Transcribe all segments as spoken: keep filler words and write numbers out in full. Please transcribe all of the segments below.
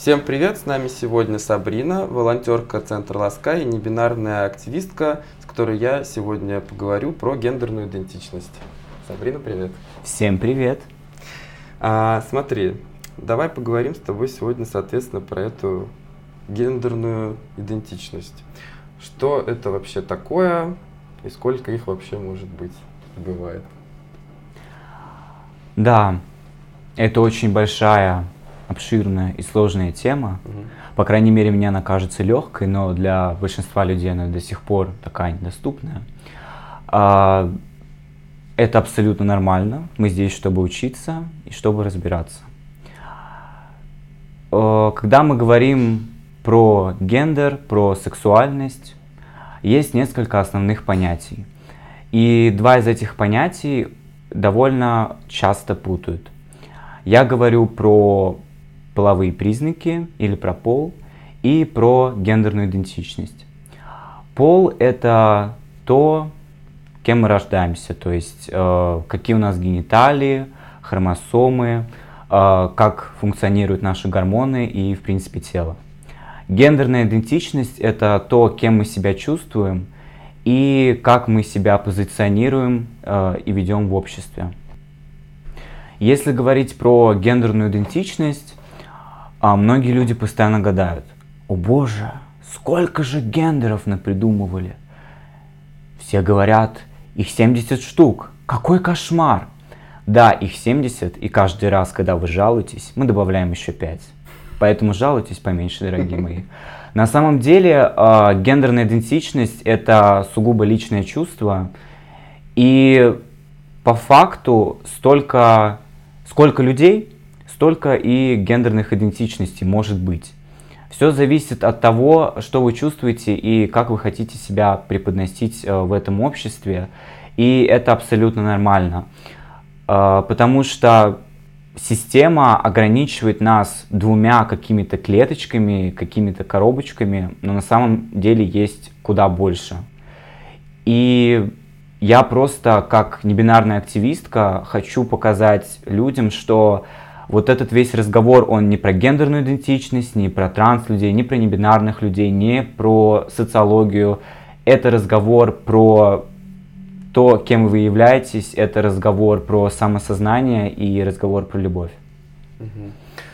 Всем привет! С нами сегодня Сабрина, волонтерка Центра Ласка и небинарная активистка, с которой я сегодня поговорю про гендерную идентичность. Сабрина, привет! Всем привет! А, смотри, давай поговорим с тобой сегодня, соответственно, про эту гендерную идентичность. Что это вообще такое и сколько их вообще может быть, бывает? Да, это очень большая, обширная и сложная тема. Угу. По крайней мере, мне она кажется легкой, но для большинства людей она до сих пор такая недоступная. А, это абсолютно нормально. Мы здесь, чтобы учиться и чтобы разбираться. А, когда мы говорим про гендер, про сексуальность, есть несколько основных понятий. И два из этих понятий довольно часто путают. Я говорю про половые признаки или про пол и про гендерную идентичность. Пол — это то, кем мы рождаемся, то есть э, какие у нас гениталии, хромосомы, э, как функционируют наши гормоны и, в принципе, тело. Гендерная идентичность — это то, кем мы себя чувствуем и как мы себя позиционируем э, и ведем в обществе. Если говорить про гендерную идентичность, многие люди постоянно гадают: о боже, сколько же гендеров напридумывали. Все говорят, их семьдесят штук, какой кошмар. Да, их семьдесят, и каждый раз, когда вы жалуетесь, мы добавляем еще пять. Поэтому жалуйтесь поменьше, дорогие мои. На самом деле, гендерная идентичность — это сугубо личное чувство. И по факту столько, сколько людей, столько и гендерных идентичностей может быть. Все зависит от того, что вы чувствуете и как вы хотите себя преподносить в этом обществе. И это абсолютно нормально. Потому что система ограничивает нас двумя какими-то клеточками, какими-то коробочками, но на самом деле есть куда больше. И я просто, как небинарная активистка, хочу показать людям, что вот этот весь разговор, он не про гендерную идентичность, не про транс-людей, не про небинарных людей, не про социологию. Это разговор про то, кем вы являетесь, это разговор про самосознание и разговор про любовь. Угу.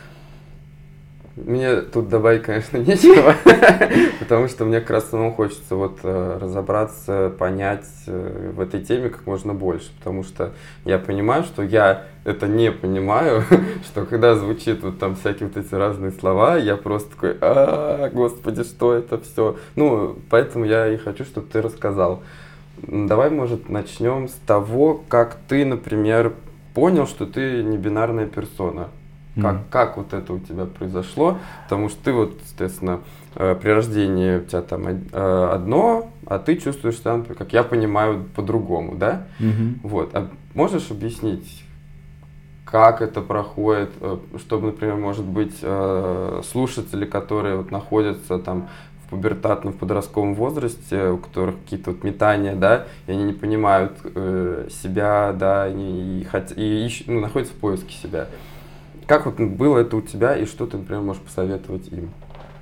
Мне тут добавить, конечно, нечего, потому что мне как раз самому хочется вот разобраться, понять в этой теме как можно больше, потому что я понимаю, что я это не понимаю, что когда звучит вот там всякие вот эти разные слова, я просто такой: а, господи, что это все? Ну, поэтому я и хочу, чтобы ты рассказал. Давай, может, начнем с того, как ты, например, понял, что ты не бинарная персона. Как, mm. как вот это у тебя произошло? Потому что ты вот, естественно, при рождении у тебя там одно, а ты чувствуешь там, как я понимаю, по-другому, да? Mm-hmm. Вот. А можешь объяснить, как это проходит, чтобы, например, может быть, слушатели, которые вот находятся там в пубертатном, в подростковом возрасте, у которых какие-то вот метания, да, и они не понимают себя, да, и, и, и ну, находятся в поиске себя. Как вот было это у тебя, и что ты, например, можешь посоветовать им?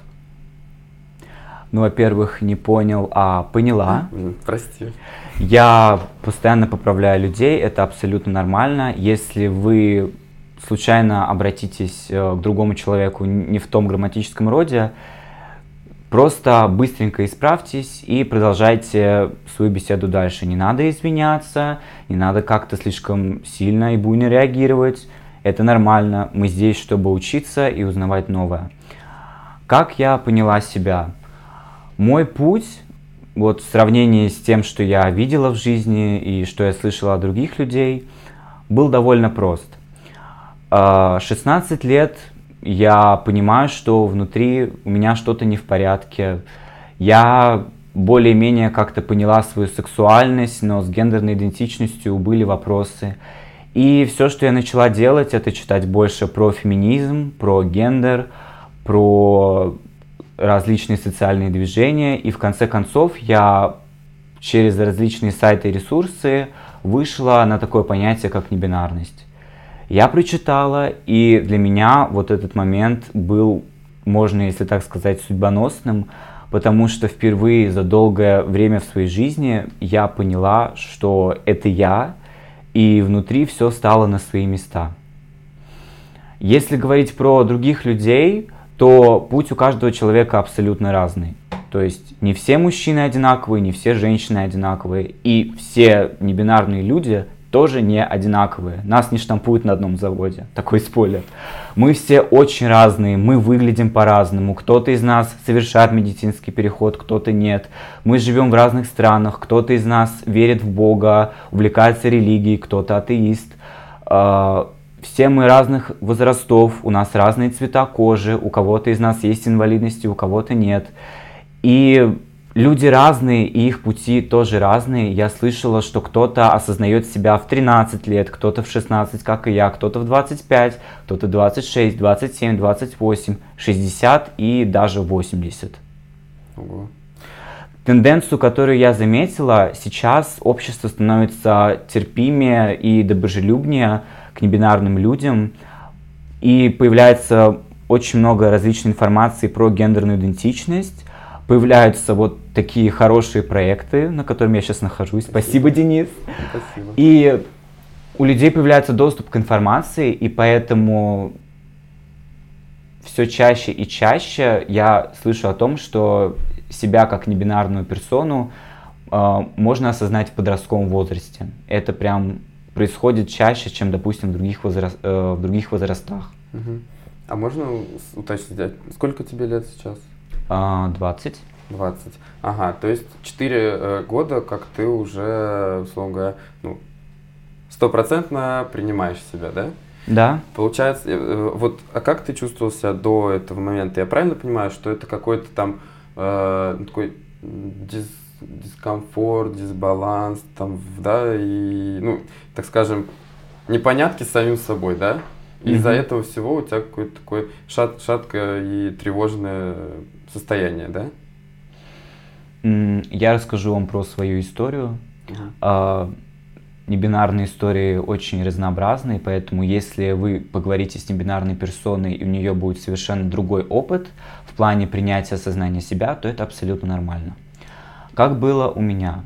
Ну, во-первых, не понял, а поняла. Прости. Я постоянно поправляю людей, это абсолютно нормально. Если вы случайно обратитесь к другому человеку не в том грамматическом роде, просто быстренько исправьтесь и продолжайте свою беседу дальше. Не надо извиняться, не надо как-то слишком сильно и буйно реагировать. Это нормально, мы здесь, чтобы учиться и узнавать новое. Как я поняла себя? Мой путь, вот в сравнении с тем, что я видела в жизни и что я слышала от других людей, был довольно прост. шестнадцать лет я понимаю, что внутри у меня что-то не в порядке. Я более-менее как-то поняла свою сексуальность, но с гендерной идентичностью были вопросы. И все, что я начала делать, это читать больше про феминизм, про гендер, про различные социальные движения. И в конце концов я через различные сайты и ресурсы вышла на такое понятие, как небинарность. Я прочитала, и для меня вот этот момент был можно, если так сказать, судьбоносным, потому что впервые за долгое время в своей жизни я поняла, что это я, и внутри все стало на свои места. Если говорить про других людей, то путь у каждого человека абсолютно разный. То есть не все мужчины одинаковые, не все женщины одинаковые, и все небинарные люди тоже не одинаковые. Нас не штампуют на одном заводе, такой спойлер. Мы все очень разные, мы выглядим по-разному. Кто-то из нас совершает медицинский переход, кто-то нет. Мы живем в разных странах, кто-то из нас верит в Бога, увлекается религией, кто-то атеист. Все мы разных возрастов, у нас разные цвета кожи, у кого-то из нас есть инвалидности, у кого-то нет. И люди разные, и их пути тоже разные. Я слышала, что кто-то осознает себя в тринадцать лет, кто-то в шестнадцать, как и я, кто-то в двадцать пять, кто-то двадцать шесть, двадцать семь, двадцать восемь, шестьдесят и даже восемьдесят. Ого. Тенденцию, которую я заметила, сейчас общество становится терпимее и доброжелюбнее к небинарным людям, и появляется очень много различной информации про гендерную идентичность, появляются вот такие хорошие проекты, на котором я сейчас нахожусь. Спасибо, Спасибо Денис. Спасибо. И у людей появляется доступ к информации, и поэтому все чаще и чаще я слышу о том, что себя как небинарную персону э, можно осознать в подростковом возрасте. Это прям происходит чаще, чем, допустим, в других, возраст, э, в других возрастах. Угу. А можно уточнить, а сколько тебе лет сейчас? двадцать. двадцать. Ага, то есть четыре э, года, как ты уже, условно говоря, ну, стопроцентно принимаешь себя, да? Да. Получается, э, вот, а как ты чувствовал себя до этого момента? Я правильно понимаю, что это какой-то там э, такой дис, дискомфорт, дисбаланс, там, да, и, ну, так скажем, непонятки с самим собой, да? И mm-hmm. из-за этого всего у тебя какое-то такое шат, шаткое и тревожное состояние, да? Я расскажу вам про свою историю. Uh-huh. Небинарные истории очень разнообразные, поэтому если вы поговорите с небинарной персоной, и у нее будет совершенно другой опыт в плане принятия осознания себя, то это абсолютно нормально. Как было у меня?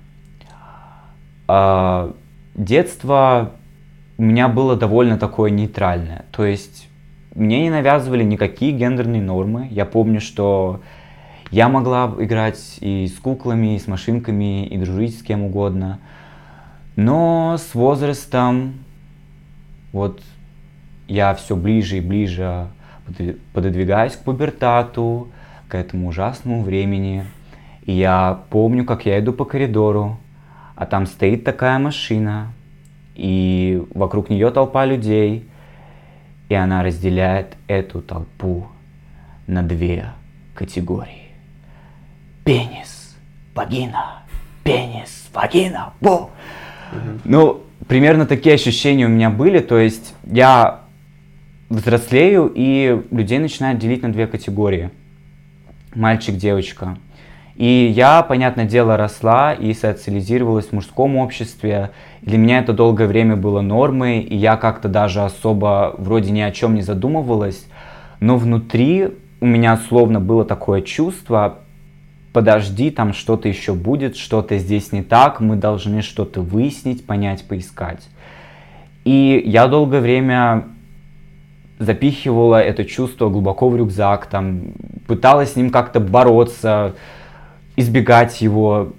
Детство у меня было довольно такое нейтральное, то есть мне не навязывали никакие гендерные нормы. Я помню, что я могла играть и с куклами, и с машинками, и дружить с кем угодно. Но с возрастом вот я все ближе и ближе пододвигаюсь к пубертату, к этому ужасному времени. И я помню, как я иду по коридору, а там стоит такая машина, и вокруг нее толпа людей, и она разделяет эту толпу на две категории. Пенис, вагина, пенис, вагина, бу. Mm-hmm. Ну, примерно такие ощущения у меня были, то есть я взрослею, и людей начинают делить на две категории. Мальчик, девочка. И я, понятное дело, росла и социализировалась в мужском обществе. Для меня это долгое время было нормой, и я как-то даже особо вроде ни о чем не задумывалась. Но внутри у меня словно было такое чувство: подожди, там что-то еще будет, что-то здесь не так, мы должны что-то выяснить, понять, поискать. И я долгое время запихивала это чувство глубоко в рюкзак, там, пыталась с ним как-то бороться, избегать его.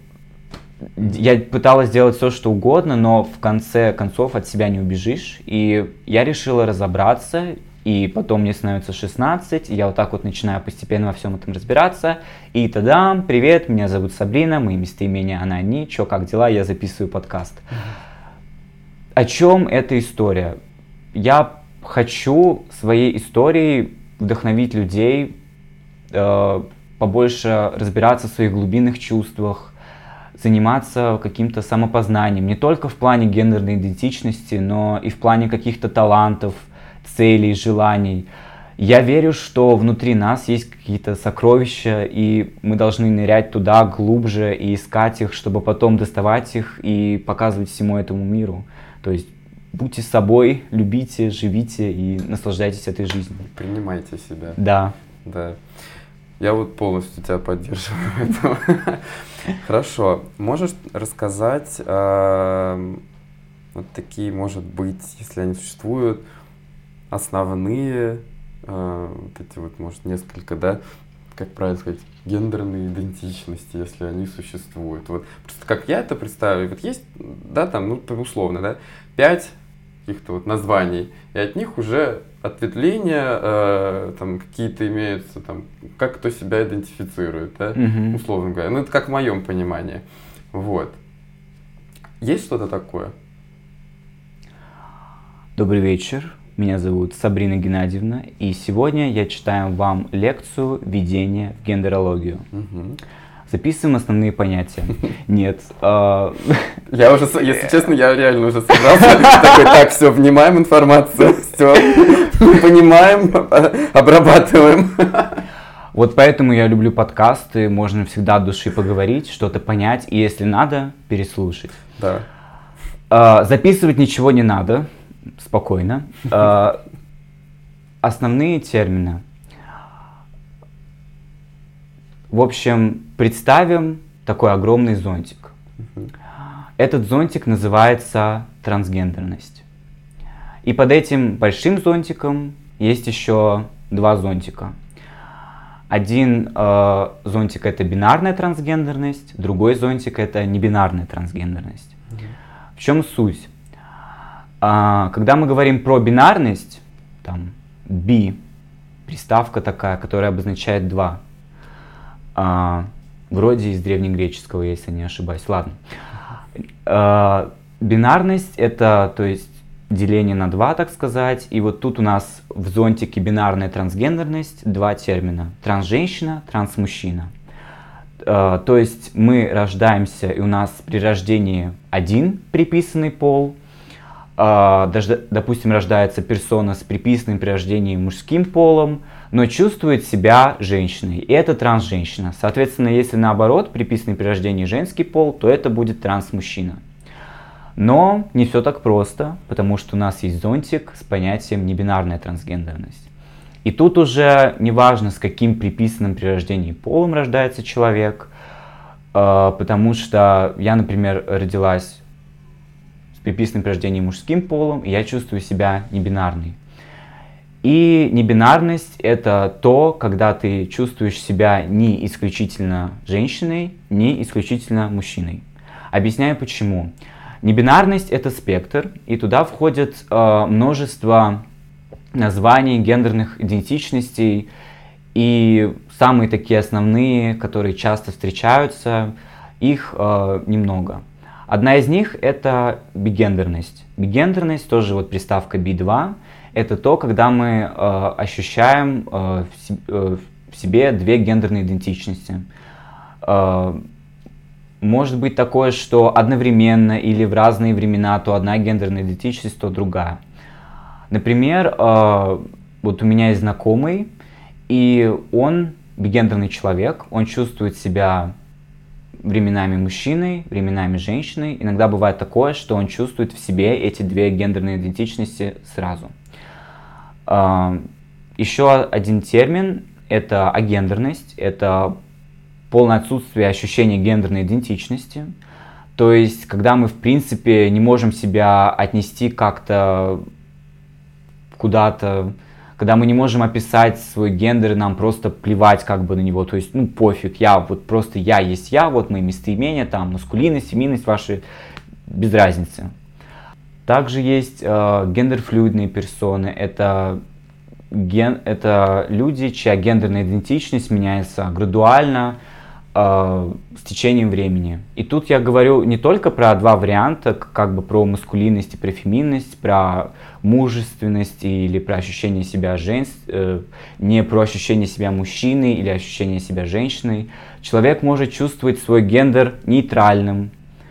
Я пыталась делать все, что угодно, но в конце концов от себя не убежишь. И я решила разобраться. И потом мне становится шестнадцать, и я вот так вот начинаю постепенно во всем этом разбираться. И тадам, привет, меня зовут Сабрина, мои местоимения Она-Они, чё, как дела, я записываю подкаст. Mm-hmm. О чем эта история? Я хочу своей историей вдохновить людей, э, побольше разбираться в своих глубинных чувствах, заниматься каким-то самопознанием, не только в плане гендерной идентичности, но и в плане каких-то талантов, целей, желаний. Я верю, что внутри нас есть какие-то сокровища, и мы должны нырять туда глубже и искать их, чтобы потом доставать их и показывать всему этому миру. То есть будьте собой, любите, живите и наслаждайтесь этой жизнью. Принимайте себя. Да. Да. Я вот полностью тебя поддерживаю в этом. Хорошо. Можешь рассказать э, вот такие, может быть, если они существуют, основные, э, вот эти вот, может, несколько, да, как правильно сказать, гендерные идентичности, если они существуют. Вот просто как я это представляю, вот есть, да, там, ну, условно, да, пять каких-то вот названий, и от них уже ответвления э, там какие-то имеются, там, как кто себя идентифицирует, да, Мгм. условно говоря. Ну, это как в моем понимании. Вот. Есть что-то такое? Добрый вечер. Меня зовут Сабрина Геннадьевна, и сегодня я читаю вам лекцию «Введение в гендерологию». Мгм. Записываем основные понятия. Нет. а, Я уже, с- если честно, я реально уже собрался. Такой, так, все, внимаем информацию, все, понимаем, а- обрабатываем. Вот поэтому я люблю подкасты, можно всегда от души поговорить, что-то понять, и если надо, переслушать. Да. А, Записывать ничего не надо, спокойно. А, Основные термины. В общем, представим такой огромный зонтик. Мгм. Этот зонтик называется трансгендерность. И под этим большим зонтиком есть еще два зонтика. Один э, зонтик это бинарная трансгендерность, другой зонтик это небинарная трансгендерность. В чем суть? А, когда мы говорим про бинарность, там би, приставка такая, которая обозначает два. А, вроде из древнегреческого, если не ошибаюсь. Ладно. А, бинарность это, то есть, деление на два, так сказать. И вот тут у нас в зонтике бинарная трансгендерность два термина. Трансженщина, трансмужчина. А, то есть мы рождаемся, и у нас при рождении один приписанный пол. А, даже, допустим, рождается персона с приписанным при рождении мужским полом, но чувствует себя женщиной, и это трансженщина. Соответственно, если наоборот, приписанный при рождении женский пол, то это будет трансмужчина. Но не все так просто, потому что у нас есть зонтик с понятием небинарная трансгендерность. И тут уже не важно, с каким приписанным при рождении полом рождается человек, а, потому что я, например, родилась с приписанным при рождении мужским полом, и я чувствую себя небинарной. И небинарность это то, когда ты чувствуешь себя не исключительно женщиной, не исключительно мужчиной. Объясняю почему. Небинарность это спектр, и туда входит э, множество названий гендерных идентичностей, и самые такие основные, которые часто встречаются, их э, немного. Одна из них это бигендерность. Бигендерность, тоже вот приставка би два, это то, когда мы э, ощущаем э, в, се- э, в себе две гендерные идентичности. Э, может быть такое, что одновременно или в разные времена то одна гендерная идентичность, то другая. Например, э, вот у меня есть знакомый, и он бигендерный человек, он чувствует себя временами мужчиной, временами женщиной. Иногда бывает такое, что он чувствует в себе эти две гендерные идентичности сразу. А, Еще один термин – это агендерность. Это полное отсутствие ощущения гендерной идентичности. То есть, когда мы, в принципе, не можем себя отнести как-то куда-то, когда мы не можем описать свой гендер, и нам просто плевать как бы на него, то есть, ну, пофиг, я вот просто я есть я, вот мои местоимения, там, маскулинность, феминность ваши, без разницы. Также есть э, гендерфлюидные персоны, это, ген, это люди, чья гендерная идентичность меняется градуально, э, с течением времени. И тут я говорю не только про два варианта, как бы про маскулинность и про феминность, про мужественность или про ощущение себя женщиной, не про ощущение себя мужчиной или ощущение себя женщиной. Человек может чувствовать свой гендер нейтральным,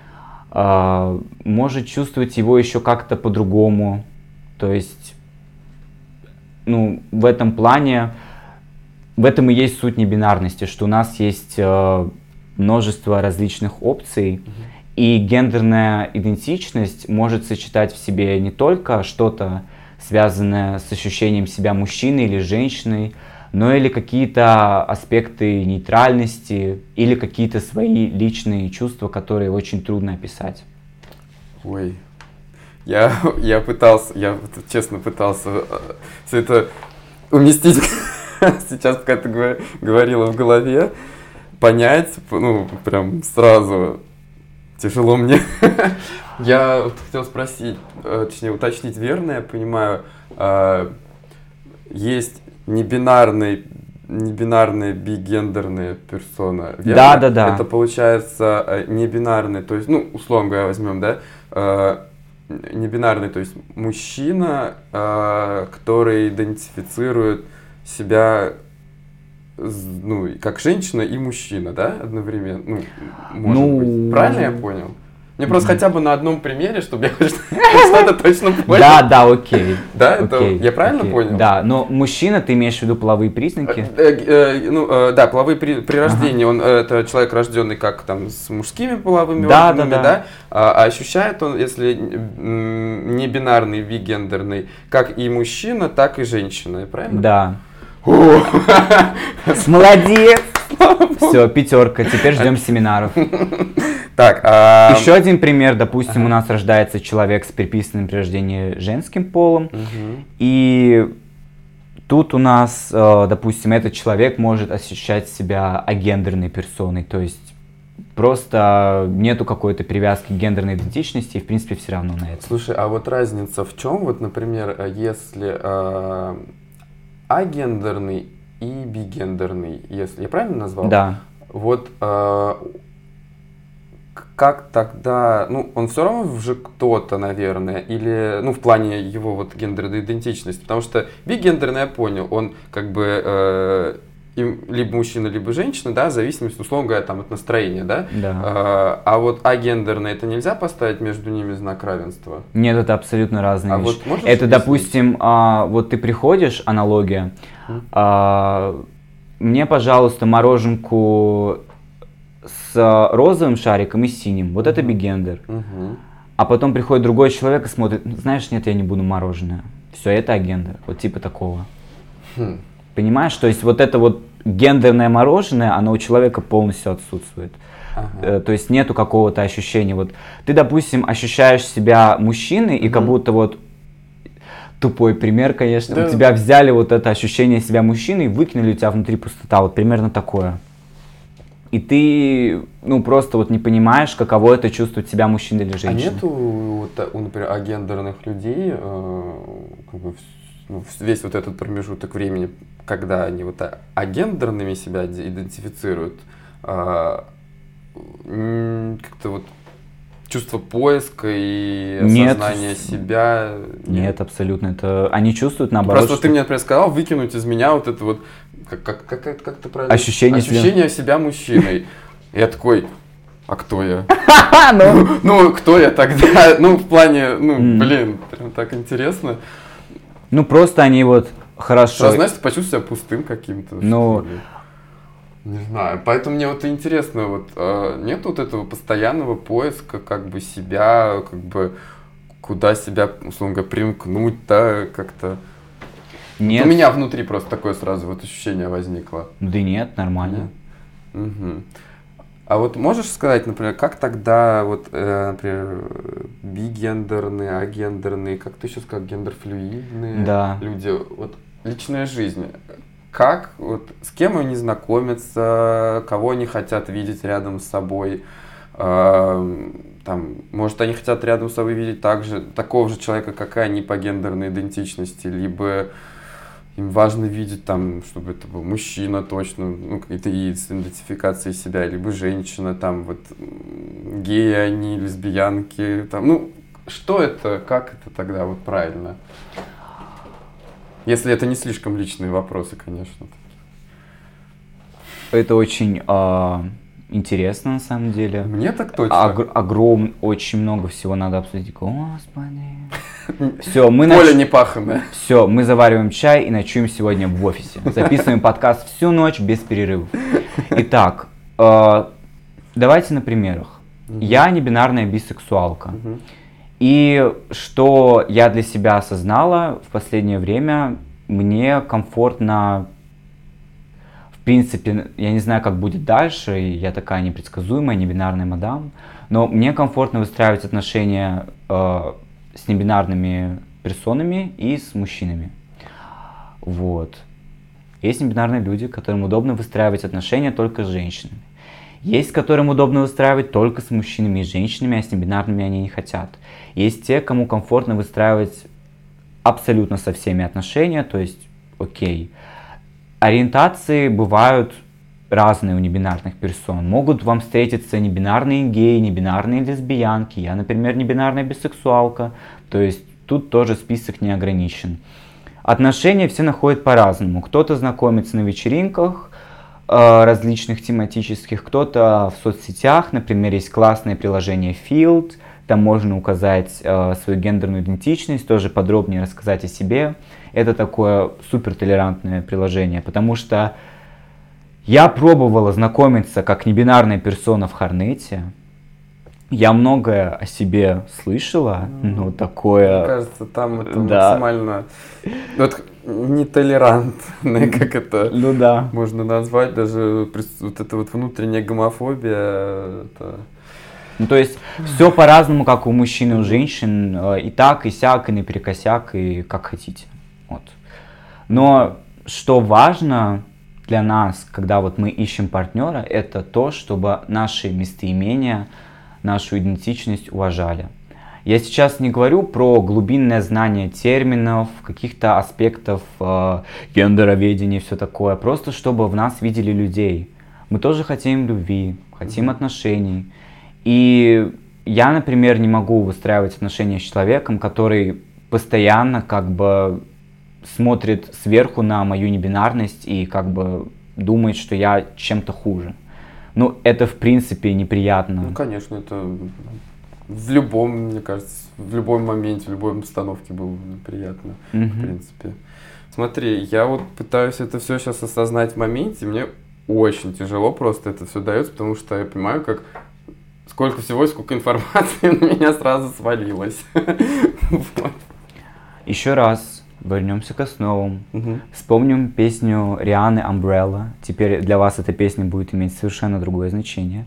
может чувствовать его еще как-то по-другому. То есть, ну, в этом плане, в этом и есть суть небинарности, что у нас есть множество различных опций. И гендерная идентичность может сочетать в себе не только что-то, связанное с ощущением себя мужчиной или женщиной, но или какие-то аспекты нейтральности, или какие-то свои личные чувства, которые очень трудно описать. Ой, я, я пытался, я честно пытался все это уместить сейчас, пока ты говорила в голове, понять, ну, прям сразу тяжело мне. Я хотел спросить, точнее, уточнить, верно я понимаю, есть небинарные, небинарные бигендерные персоны, верно? Да, да, да. Это получается небинарный, то есть, ну, условно говоря, возьмем, да, небинарный, то есть мужчина, который идентифицирует себя, ну, как женщина и мужчина, да, одновременно, ну, может ну... быть. Правильно я понял? Мне просто хотя бы на одном примере, чтобы я хоть что-то точно понял. Да, да, окей. Да, это я правильно понял? Да, но мужчина, ты имеешь в виду половые признаки? Ну, да, половые при рождении, он это человек, рожденный как там с мужскими половыми органами, да, а ощущает он, если не бинарный, бигендерный, как и мужчина, так и женщина, правильно? Да. Молодец! Все, пятерка, теперь ждем семинаров. Так, а... Еще один пример, допустим, ага. у нас рождается человек с приписанным при рождении женским полом, угу. и тут у нас, допустим, этот человек может ощущать себя агендерной персоной, то есть просто нету какой-то привязки к гендерной идентичности, и в принципе все равно на это. Слушай, а вот разница в чем, вот, например, если э, агендерный и бигендерный, если я правильно назвал? Да. Вот э, как тогда, ну, он все равно же кто-то, наверное, или, ну, в плане его вот гендерной идентичности, потому что бигендерный, я понял, он как бы э, им, либо мужчина, либо женщина, да, в зависимости, условно говоря, там, от настроения, да? Да. А, а вот агендерный, это нельзя поставить между ними знак равенства? Нет, это абсолютно разные а вещи. Вот это, объяснить? Допустим, а, вот ты приходишь, аналогия, mm. а, мне, пожалуйста, мороженку с розовым шариком и синим, вот mm-hmm. это бигендер. Mm-hmm. А потом приходит другой человек и смотрит, знаешь, нет, я не буду мороженое. Все, это агендер, вот типа такого. Mm. Понимаешь, то есть вот это вот гендерное мороженое, оно у человека полностью отсутствует. Ага. То есть нету какого-то ощущения. Вот ты, допустим, ощущаешь себя мужчиной, и mm-hmm. как будто вот тупой пример, конечно, да. у тебя взяли вот это ощущение себя мужчиной, выкинули, у тебя внутри пустота, вот примерно такое. И ты, ну, просто вот не понимаешь, каково это чувствовать себя мужчиной или женщиной. А нету, вот, например, агендерных людей, э, как бы, ну, весь вот этот промежуток времени, когда они вот агендерными себя идентифицируют, э, как-то вот чувство поиска и осознание Нет. себя. Нет. Нет, абсолютно. Это они чувствуют наоборот. Просто что... ты мне, например, сказал выкинуть из меня вот это вот, как, как, как, как ты правильно? Ощущение, Ощущение себя мужчиной. Я такой, а кто я? Ну, кто я тогда? Ну, в плане, ну, блин, прям так интересно. Ну, просто они вот хорошо. Знаешь, ты почувствовал себя пустым каким-то. Ну. Не знаю, поэтому мне вот интересно, вот э, нет вот этого постоянного поиска как бы себя, как бы куда себя, условно говоря, примкнуть, да, как-то. Нет. Вот у меня внутри просто такое сразу вот ощущение возникло. Да нет, нормально. Нет? Угу. А вот можешь сказать, например, как тогда вот, э, например, бигендерные, агендерные, как ты еще сказал, гендерфлюидные да. люди, вот личная жизнь. Как, вот, с кем они знакомятся, кого они хотят видеть рядом с собой, э, там, может, они хотят рядом с собой видеть также, такого же человека, как и они по гендерной идентичности, либо им важно видеть, там, чтобы это был мужчина точно, ну, какие-то идентификации себя, либо женщина, там, вот, геи они, лесбиянки, там, ну, что это, как это тогда вот правильно? Если это не слишком личные вопросы, конечно. Это очень э, интересно, на самом деле. Мне так точно. Ог- огром, очень много всего надо обсудить. Господи. Все, мы Поле нач... непаханное. Все, мы завариваем чай и ночуем сегодня в офисе. Записываем подкаст всю ночь без перерывов. Итак, э, давайте на примерах. Угу. Я не бинарная бисексуалка. Угу. И что я для себя осознала в последнее время, мне комфортно принципе, я не знаю, как будет дальше, и я такая непредсказуемая, небинарная мадам, но мне комфортно выстраивать отношения э, с небинарными персонами и с мужчинами. Вот. Есть небинарные люди, которым удобно выстраивать отношения только с женщинами. Есть, которым удобно выстраивать только с мужчинами и женщинами, а с небинарными они не хотят. Есть те, кому комфортно выстраивать абсолютно со всеми отношения, то есть окей. Ориентации бывают разные у небинарных персон. Могут вам встретиться небинарные геи, небинарные лесбиянки. Я, например, небинарная бисексуалка. То есть тут тоже список не ограничен. Отношения все находят по-разному. Кто-то знакомится на вечеринках э, различных тематических, кто-то в соцсетях. Например, есть классное приложение Field. Там можно указать э, свою гендерную идентичность, тоже подробнее рассказать о себе. Это такое супертолерантное приложение, потому что я пробовала знакомиться как небинарная персона в Хорнете. Я многое о себе слышала, но такое... Мне кажется, там это да. максимально вот, нетолерантное, как это ну, да. можно назвать, даже вот эта вот внутренняя гомофобия. Это... Ну, то есть все по-разному, как у мужчин и у женщин, и так, и сяк, и наперекосяк, и как хотите. Вот. Но что важно для нас, когда вот мы ищем партнера, это то, чтобы наши местоимения, нашу идентичность уважали. Я сейчас не говорю про глубинное знание терминов, каких-то аспектов э, гендероведения и все такое, просто чтобы в нас видели людей. Мы тоже хотим любви, хотим mm-hmm. отношений. И я, например, не могу выстраивать отношения с человеком, который постоянно как бы смотрит сверху на мою небинарность и как бы думает, что я чем-то хуже. Ну, это в принципе неприятно. Ну, конечно, это в любом, мне кажется, в любом моменте, в любой обстановке было приятно, mm-hmm. в принципе. Смотри, я вот пытаюсь это все сейчас осознать в моменте, мне очень тяжело просто это все дается, потому что я понимаю, как сколько всего, сколько информации на меня сразу свалилось. вот. Еще раз вернемся к основам. Угу. Вспомним песню Рианы «Umbrella». Теперь для вас эта песня будет иметь совершенно другое значение.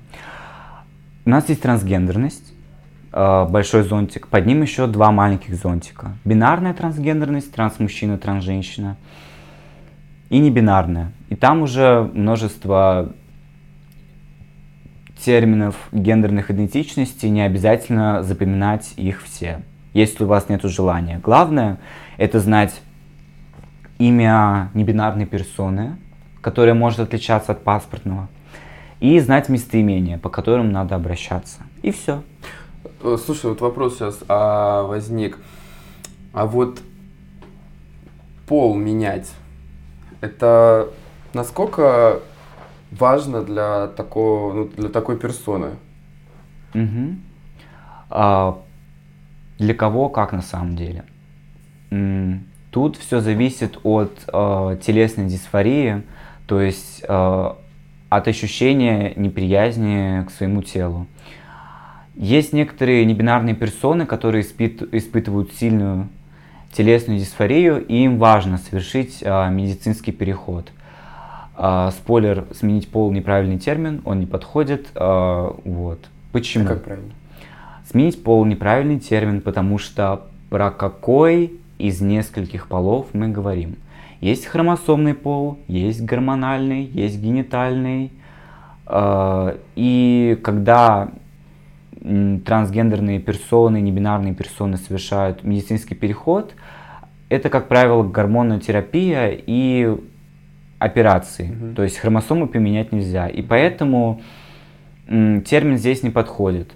У нас есть трансгендерность, большой зонтик. Под ним еще два маленьких зонтика. Бинарная трансгендерность, трансмужчина, трансженщина. И небинарная. И там уже множество терминов гендерных идентичностей, не обязательно запоминать их все, если у вас нет желания. Главное — это знать имя небинарной персоны, которая может отличаться от паспортного, и знать местоимения, по которым надо обращаться. И все. Слушай, вот вопрос сейчас а, возник. А вот пол менять, это насколько важно для такого, ну, для такой персоны? Угу. А, для кого, как на самом деле? М, Тут все зависит от э, телесной дисфории, то есть э, от ощущения неприязни к своему телу. Есть некоторые небинарные персоны, которые испыт, испытывают сильную телесную дисфорию, и им важно совершить э, медицинский переход. Uh, спойлер, сменить пол — неправильный термин, он не подходит. Uh, вот. Почему? А как правильно? Сменить пол — неправильный термин, потому что про какой из нескольких полов мы говорим. Есть хромосомный пол, есть гормональный, есть генитальный. Uh, и когда трансгендерные персоны, небинарные персоны совершают медицинский переход, это, как правило, гормонная терапия и операции, mm-hmm. то есть хромосомы поменять нельзя, и поэтому м, термин здесь не подходит.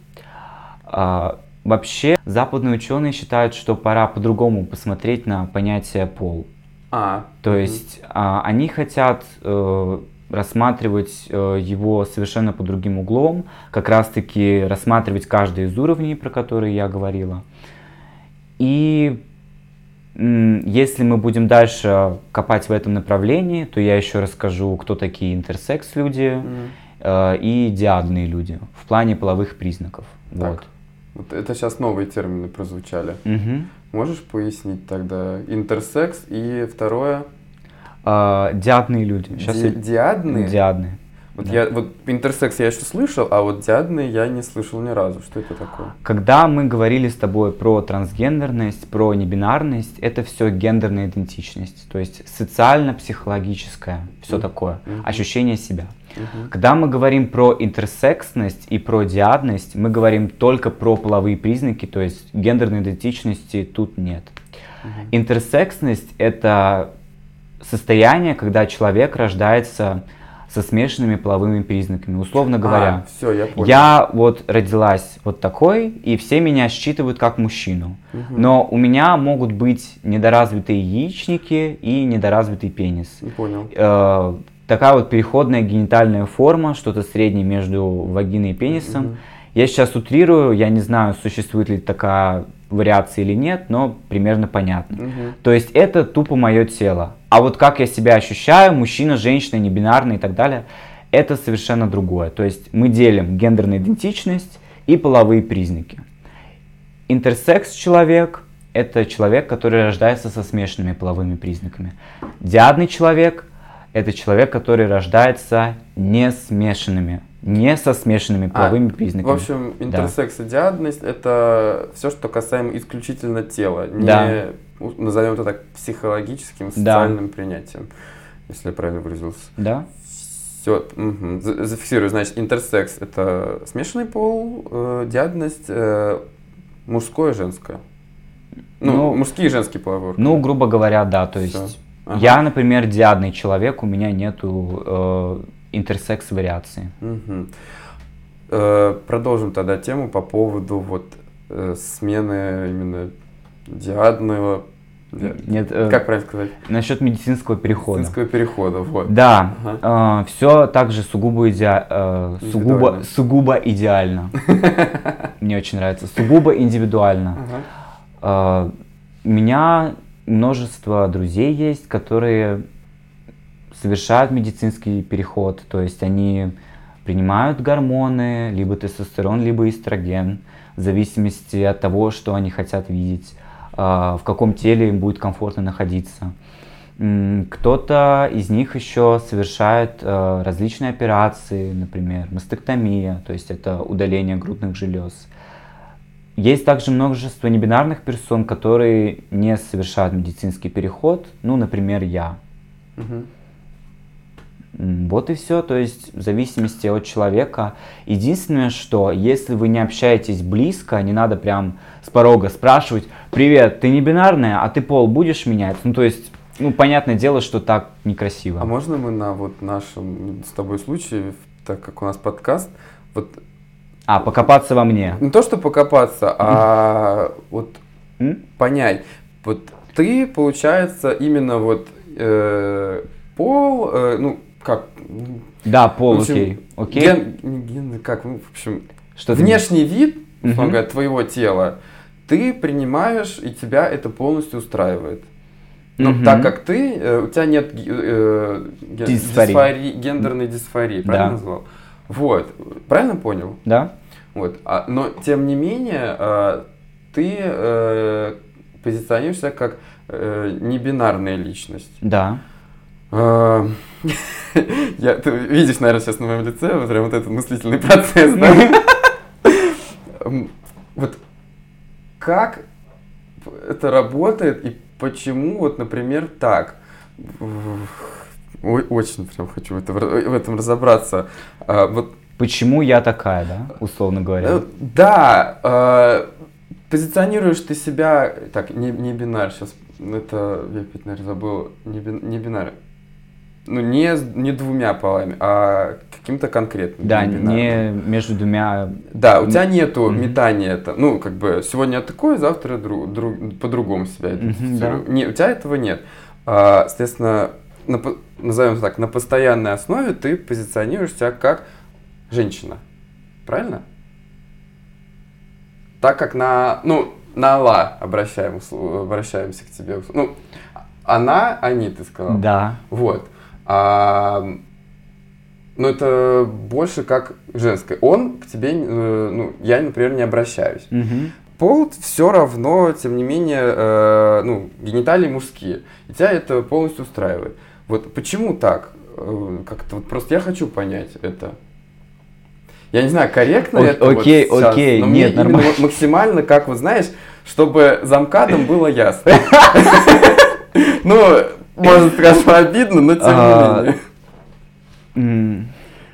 А, вообще, западные ученые считают, что пора по-другому посмотреть на понятие пол. А, то mm-hmm. есть а, они хотят э, рассматривать э, его совершенно под другим углом, как раз-таки рассматривать каждый из уровней, про которые я говорила. И если мы будем дальше копать в этом направлении, то я еще расскажу, кто такие интерсекс люди mm. э, и диадные люди в плане половых признаков. Так, вот. Вот это сейчас новые термины прозвучали. Угу. Можешь пояснить тогда интерсекс и второе? э, диадные люди. Сейчас Ди- я... Диадные? Диадные. Вот, Да. я, вот интерсекс я еще слышал, а вот диадные я не слышал ни разу. Что это такое? Когда мы говорили с тобой про трансгендерность, про небинарность, это все гендерная идентичность, то есть социально-психологическое, все Mm. такое, Мгм. ощущение себя. Мгм. Когда мы говорим про интерсексность и про диадность, мы говорим только про половые признаки, то есть гендерной идентичности тут нет. Мгм. Интерсексность — это состояние, когда человек рождается со смешанными половыми признаками, условно говоря. А, все, я понял. Я вот родилась вот такой, и все меня считывают как мужчину. Мгм. Но у меня могут быть недоразвитые яичники и недоразвитый пенис. Не понял. Э, такая вот переходная генитальная форма, что-то среднее между вагиной и пенисом. Мгм. Я сейчас утрирую, я не знаю, существует ли такая вариация или нет, но примерно понятно. Мгм. То есть это тупо мое тело. А вот как я себя ощущаю, мужчина, женщина, небинарный и так далее, это совершенно другое. То есть мы делим гендерную идентичность и половые признаки. Интерсекс человек — это человек, который рождается со смешанными половыми признаками. Диадный человек — это человек, который рождается не смешанными, не со смешанными половыми А, признаками. В общем, интерсекс и диадность — это все, что касаемо исключительно тела, не, Да. у- назовем это так, психологическим, социальным принятием, если я правильно выразился. Да? Все, зафиксирую, значит, интерсекс — это смешанный пол, э, диадность э, мужское, женское. Ну, Ну, мужские и женские половые органы. Ну, грубо говоря, да. То Всё. есть Ага. я, например, диадный человек, у меня нету э, интерсекс-вариации. Мгм. Э, Продолжим тогда тему по поводу вот э, смены именно диадного, ди- Нет, э, как правильно сказать, насчет медицинского перехода. медицинского перехода, вот. Да, все также сугубо, иде- э, сугубо, Индивидуально. сугубо идеально. Мне очень нравится. Сугубо индивидуально. Ага. Э, У меня множество друзей есть, которые совершают медицинский переход, то есть они принимают гормоны, либо тестостерон, либо эстроген, в зависимости от того, что они хотят видеть, э, в каком теле им будет комфортно находиться. М, Кто-то из них еще совершает э, различные операции, например, мастектомия, то есть это удаление грудных желез. Есть также множество небинарных персон, которые не совершают медицинский переход, ну, например, я. Мгм. М, Вот и все, то есть в зависимости от человека. Единственное, что если вы не общаетесь близко, не надо прям с порога спрашивать: «Привет, ты не бинарная, а ты пол будешь менять?» Ну, то есть, ну, понятное дело, что так некрасиво. А можно мы на вот нашем с тобой случае, так как у нас подкаст, вот А, покопаться во мне. не то, что покопаться, а вот М? понять, вот ты, получается, именно вот э, пол, э, ну, как, ну, Да, пол, в общем, окей. Окей. ген- не ген- как, ну, в общем, Что ты внешний вид, условно Мгм. говоря, твоего тела, ты принимаешь, и тебя это полностью устраивает. Но Мгм. так как ты, э, у тебя нет ге- э, ген- Дисфории. дисфории- гендерной дисфории, правильно Да. назвал? Вот, правильно понял? Да? Вот. А, но тем не менее, э, ты э, позиционируешь себя как э, небинарная личность. Да. Э, я, ты видишь, наверное, сейчас на моем лице вот прям вот этот мыслительный процесс, да? М, Вот как это работает и почему, вот, например, так? Ой, очень прям хочу в этом, в этом разобраться. А, Вот Почему я такая, да, условно говоря? Э, Да, э, позиционируешь ты себя, так, не, не бинар, сейчас, это, я опять, наверное, забыл, не, бин- не бинар, ну, не, с- не двумя полами, а каким-то конкретным. Да, бинарным. не между двумя. Да, у тебя нету Мгм. метания, это, ну, как бы, сегодня я такой, завтра дру- дру- по-другому себя Мгм, идентифицирую. да. Не, у тебя этого нет. А, соответственно, на по- назовем это так, на постоянной основе ты позиционируешь себя как женщина. Правильно? Так как на, ну, на «ла» обращаем, усл- обращаемся к тебе. Ну, она, они, ты сказал. Да. Вот. А, ну, это больше как женское. Он к тебе, э, ну, я, например, не обращаюсь. Мгм. Пол все равно, тем не менее, э, ну, гениталии мужские. И тебя это полностью устраивает. Вот почему так? Как-то вот просто я хочу понять это. Я не знаю, корректно О- это окей, вот сейчас, окей, но нет, мне нормально. именно вот максимально, как вот знаешь, чтобы замкадом было ясно. Ну, может, конечно, обидно, но тем А, не менее. м,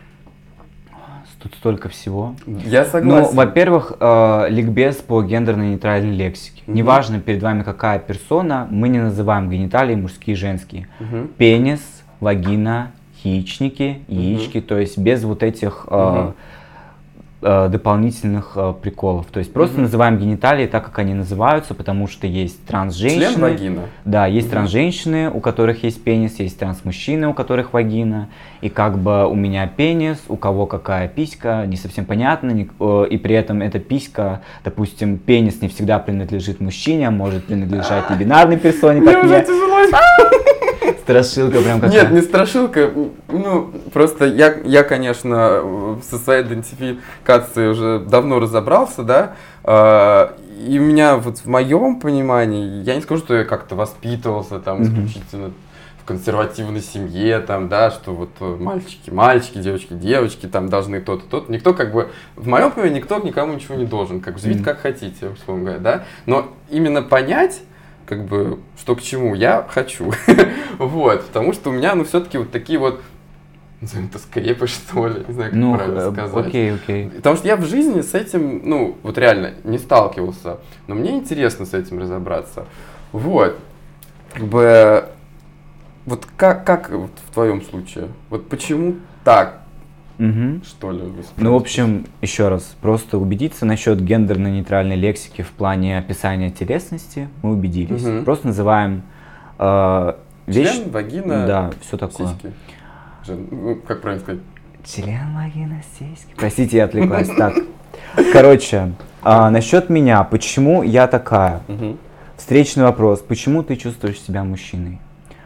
Тут столько всего. Я Ну, согласен. во-первых, э, ликбез по гендерно-нейтральной лексике. Мгм. Неважно перед вами какая персона, мы не называем гениталии мужские и женские. Мгм. Пенис, вагина, яичники, яички, то есть без вот этих э, Мгм. э, дополнительных э, приколов. То есть просто Мгм. называем гениталии так, как они называются, потому что есть Член трансженщины. вагина. Да, есть Мгм. трансженщины, у которых есть пенис, есть трансмужчины, у которых вагина. И как бы у меня пенис, у кого какая писька, не совсем понятно. не- э, И при этом эта писька, допустим, пенис не всегда принадлежит мужчине, а может принадлежать не бинарной персоне, Мне как уже мне. тяжело. Страшилка прям какая. Нет, не страшилка. Ну, просто я, я, конечно, со своей идентификацией уже давно разобрался, да. а, И у меня вот в моем понимании, я не скажу, что я как-то воспитывался там Мгм. исключительно в консервативной семье, там, да, что вот э, мальчики, мальчики, девочки, девочки, там должны то-то, то-то. Никто как бы, в моем понимании, никто никому ничего не должен, как живите Мгм. как хотите, условно говоря, да. Но именно понять, как бы, что к чему, я хочу. Вот, потому что у меня, ну, все-таки вот такие вот, назовем это скрепы, что ли, не знаю, как Ну, правильно э, сказать. окей, окей. Потому что я в жизни с этим, ну, вот реально не сталкивался, но мне интересно с этим разобраться. Вот, как бы, вот как, как вот в твоем случае? Вот почему так, Мгм. что ли? Ну, в общем, еще раз, просто убедиться насчет гендерно-нейтральной лексики в плане описания телесности, мы убедились. Мгм. Просто называем э, вещь... Член, вагина, Да, все такое. сиськи. Жен- ну, как правильно сказать? Член, вагина, сиськи. Простите, я отвлеклась. Так, короче, а, насчет меня, почему я такая? Мгм. Встречный вопрос, почему ты чувствуешь себя мужчиной?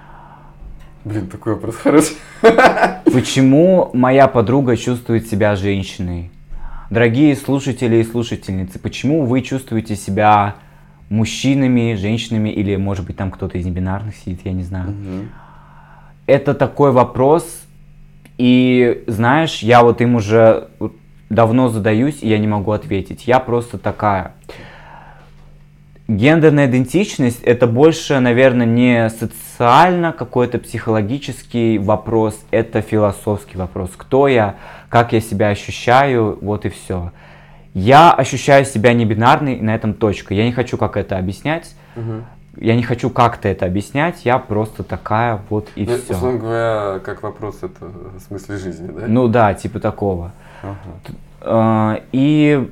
Блин, такой вопрос хороший. Почему моя подруга чувствует себя женщиной? Дорогие слушатели и слушательницы, почему вы чувствуете себя мужчинами, женщинами или, может быть, там кто-то из небинарных сидит, я не знаю. Мгм. Это такой вопрос, и знаешь, я вот им уже давно задаюсь, и я не могу ответить. Я просто такая. Гендерная идентичность — это больше, наверное, не социально какой-то психологический вопрос, это философский вопрос. Кто я, как я себя ощущаю, вот и все. Я ощущаю себя небинарной, и на этом точка. Я не хочу как это объяснять. Мгм. Я не хочу как-то это объяснять, я просто такая, вот и Ну, все. условно говоря, как вопрос, это в смысле жизни, да? Ну да, типа такого. Ага. Э, И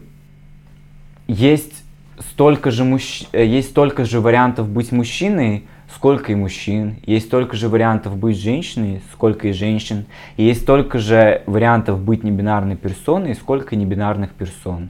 есть столько же мужч... э, есть столько же вариантов быть мужчиной, сколько и мужчин. Есть столько же вариантов быть женщиной, сколько и женщин. И есть столько же вариантов быть небинарной персоной, сколько и небинарных персон.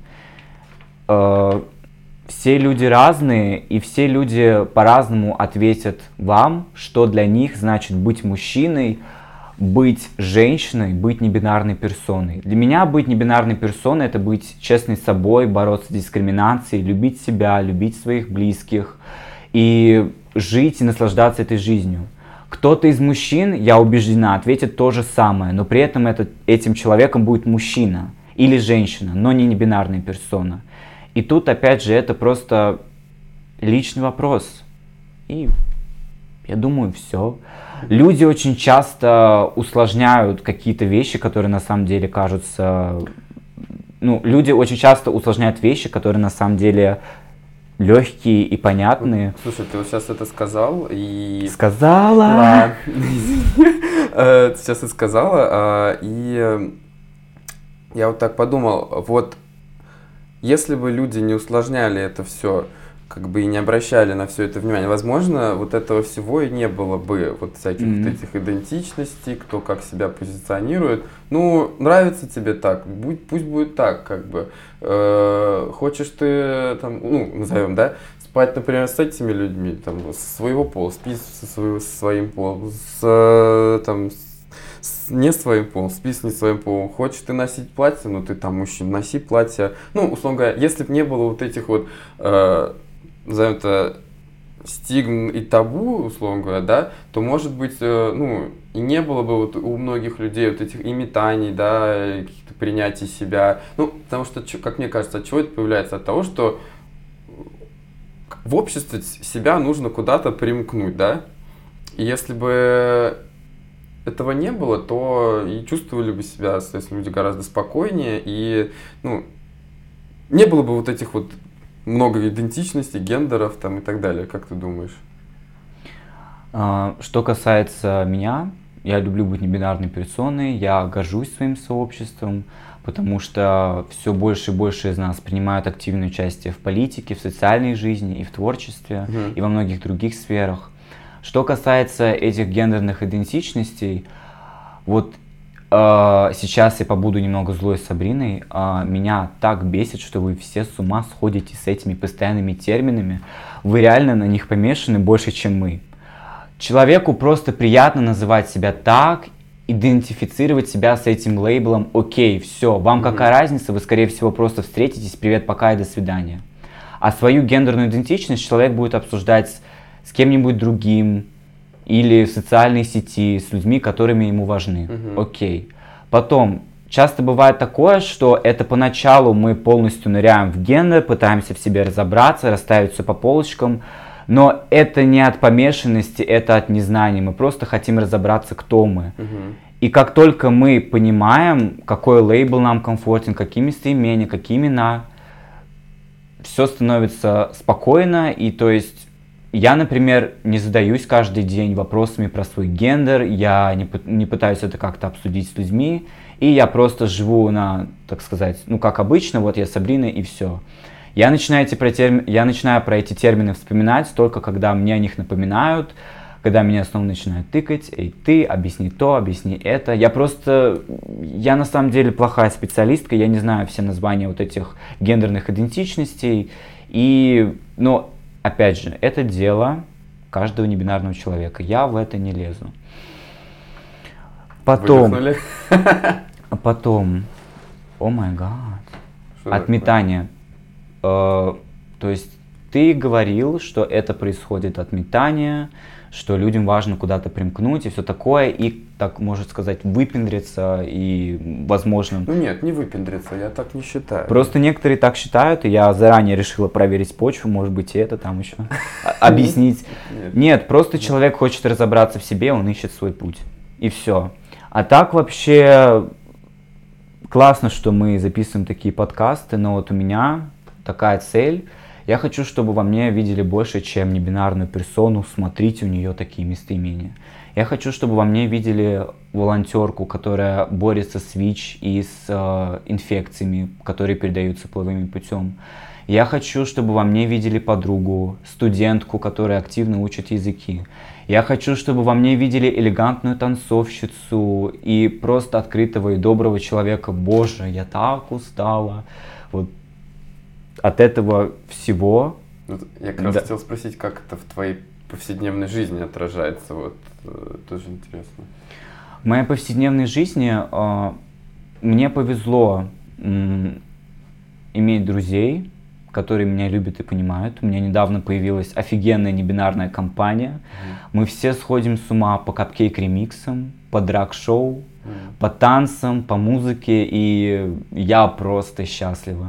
Э, Все люди разные, и все люди по-разному ответят вам, что для них значит быть мужчиной, быть женщиной, быть небинарной персоной. Для меня быть небинарной персоной — это быть честной собой, бороться с дискриминацией, любить себя, любить своих близких и жить и наслаждаться этой жизнью. Кто-то из мужчин, я убеждена, ответит то же самое, но при этом этот, этим человеком будет мужчина или женщина, но не небинарная персона. И тут, опять же, это просто личный вопрос. И я думаю, все. Люди очень часто усложняют какие-то вещи, которые на самом деле кажутся... Ну, люди очень часто усложняют вещи, которые на самом деле легкие и понятные. Слушай, ты вот сейчас это сказал, и... Сказала! Ладно, извини. Э, Ты сейчас это сказала, а, и э, я вот так подумал, вот если бы люди не усложняли это все, как бы и не обращали на все это внимание, возможно, вот этого всего и не было бы, вот всяких Мгм. вот этих идентичностей, кто как себя позиционирует. Ну, нравится тебе так, будь, пусть будет так, как бы. Э, хочешь ты, там, ну, назовем, да, спать, например, с этими людьми, там, со своего пола, спи со, своего, со своим полом, с, э, там, с, с не своим полом, спи с не своим полом. Хочешь ты носить платье, ну, ты там мужчина, носи платье. Ну, условно говоря, если бы не было вот этих вот, э, назовем это, стигм и табу, условно говоря, да, то, может быть, э, ну, и не было бы вот у многих людей вот этих и метаний, да, и каких-то принятий себя. Ну, потому что, чё- как мне кажется, от чего это появляется? От того, что в обществе с- себя нужно куда-то примкнуть, да? И если бы этого не было, то и чувствовали бы себя, соответственно, люди гораздо спокойнее, и, ну, не было бы вот этих вот много идентичностей, гендеров там и так далее. Как ты думаешь? А, Что касается меня, я люблю быть небинарной персоной, я горжусь своим сообществом, потому что все больше и больше из нас принимают активное участие в политике, в социальной жизни и в творчестве, Мгм. и во многих других сферах. Что касается этих гендерных идентичностей, вот э, сейчас я побуду немного злой с Сабриной. А, меня так бесит, что вы все с ума сходите с этими постоянными терминами. Вы реально на них помешаны больше, чем мы. Человеку просто приятно называть себя так, идентифицировать себя с этим лейблом. Окей, все, вам Мгм. какая разница, вы скорее всего просто встретитесь, привет, пока и до свидания. А свою гендерную идентичность человек будет обсуждать с, с кем-нибудь другим или в социальной сети, с людьми, которыми ему важны. Мгм. Окей. Потом, часто бывает такое, что это поначалу мы полностью ныряем в гендер, пытаемся в себе разобраться, расставить все по полочкам, но это не от помешанности, это от незнания. Мы просто хотим разобраться, кто мы. Мгм. И как только мы понимаем, какой лейбл нам комфортен, какие местоимения, какие имена, все становится спокойно. И то есть я, например, не задаюсь каждый день вопросами про свой гендер, я не, пы- не пытаюсь это как-то обсудить с людьми, и я просто живу на, так сказать, ну как обычно, вот я Сабрина и все. Я начинаю, эти про терм... я начинаю про эти термины вспоминать только когда мне о них напоминают, когда меня снова начинают тыкать, эй, ты, объясни то, объясни это. Я просто, я на самом деле плохая специалистка, я не знаю все названия вот этих гендерных идентичностей. И, но, опять же, это дело каждого небинарного человека. Я в это не лезу. Потом, Выдохнули. потом, о май гад, Что такое? отметание. Э, То есть ты говорил, что это происходит от метания, что людям важно куда-то примкнуть и все такое, и, так можно сказать, выпендриться и, возможно... Ну нет, не выпендриться, я так не считаю. Просто некоторые так считают, и я заранее решила проверить почву, может быть, и это там еще а- объяснить. Нет. Нет, просто человек хочет разобраться в себе, он ищет свой путь. И все. А так вообще классно, что мы записываем такие подкасты, но вот у меня такая цель. Я хочу, чтобы во мне видели больше, чем небинарную персону. Смотрите, у нее такие местоимения. Я хочу, чтобы во мне видели волонтерку, которая борется с ВИЧ и с э, инфекциями, которые передаются половым путем. Я хочу, чтобы во мне видели подругу, студентку, которая активно учит языки. Я хочу, чтобы во мне видели элегантную танцовщицу и просто открытого и доброго человека. Боже, я так устала. Вот от этого всего. Вот я как раз Да. хотел спросить, как это в твоей повседневной жизни отражается, вот э, тоже интересно. В моей повседневной жизни э, мне повезло м, иметь друзей, которые меня любят и понимают. У меня недавно появилась офигенная небинарная компания. Мы все сходим с ума по капкейк-ремиксам, по драг-шоу, Мгм. по танцам, по музыке, и я просто счастлива.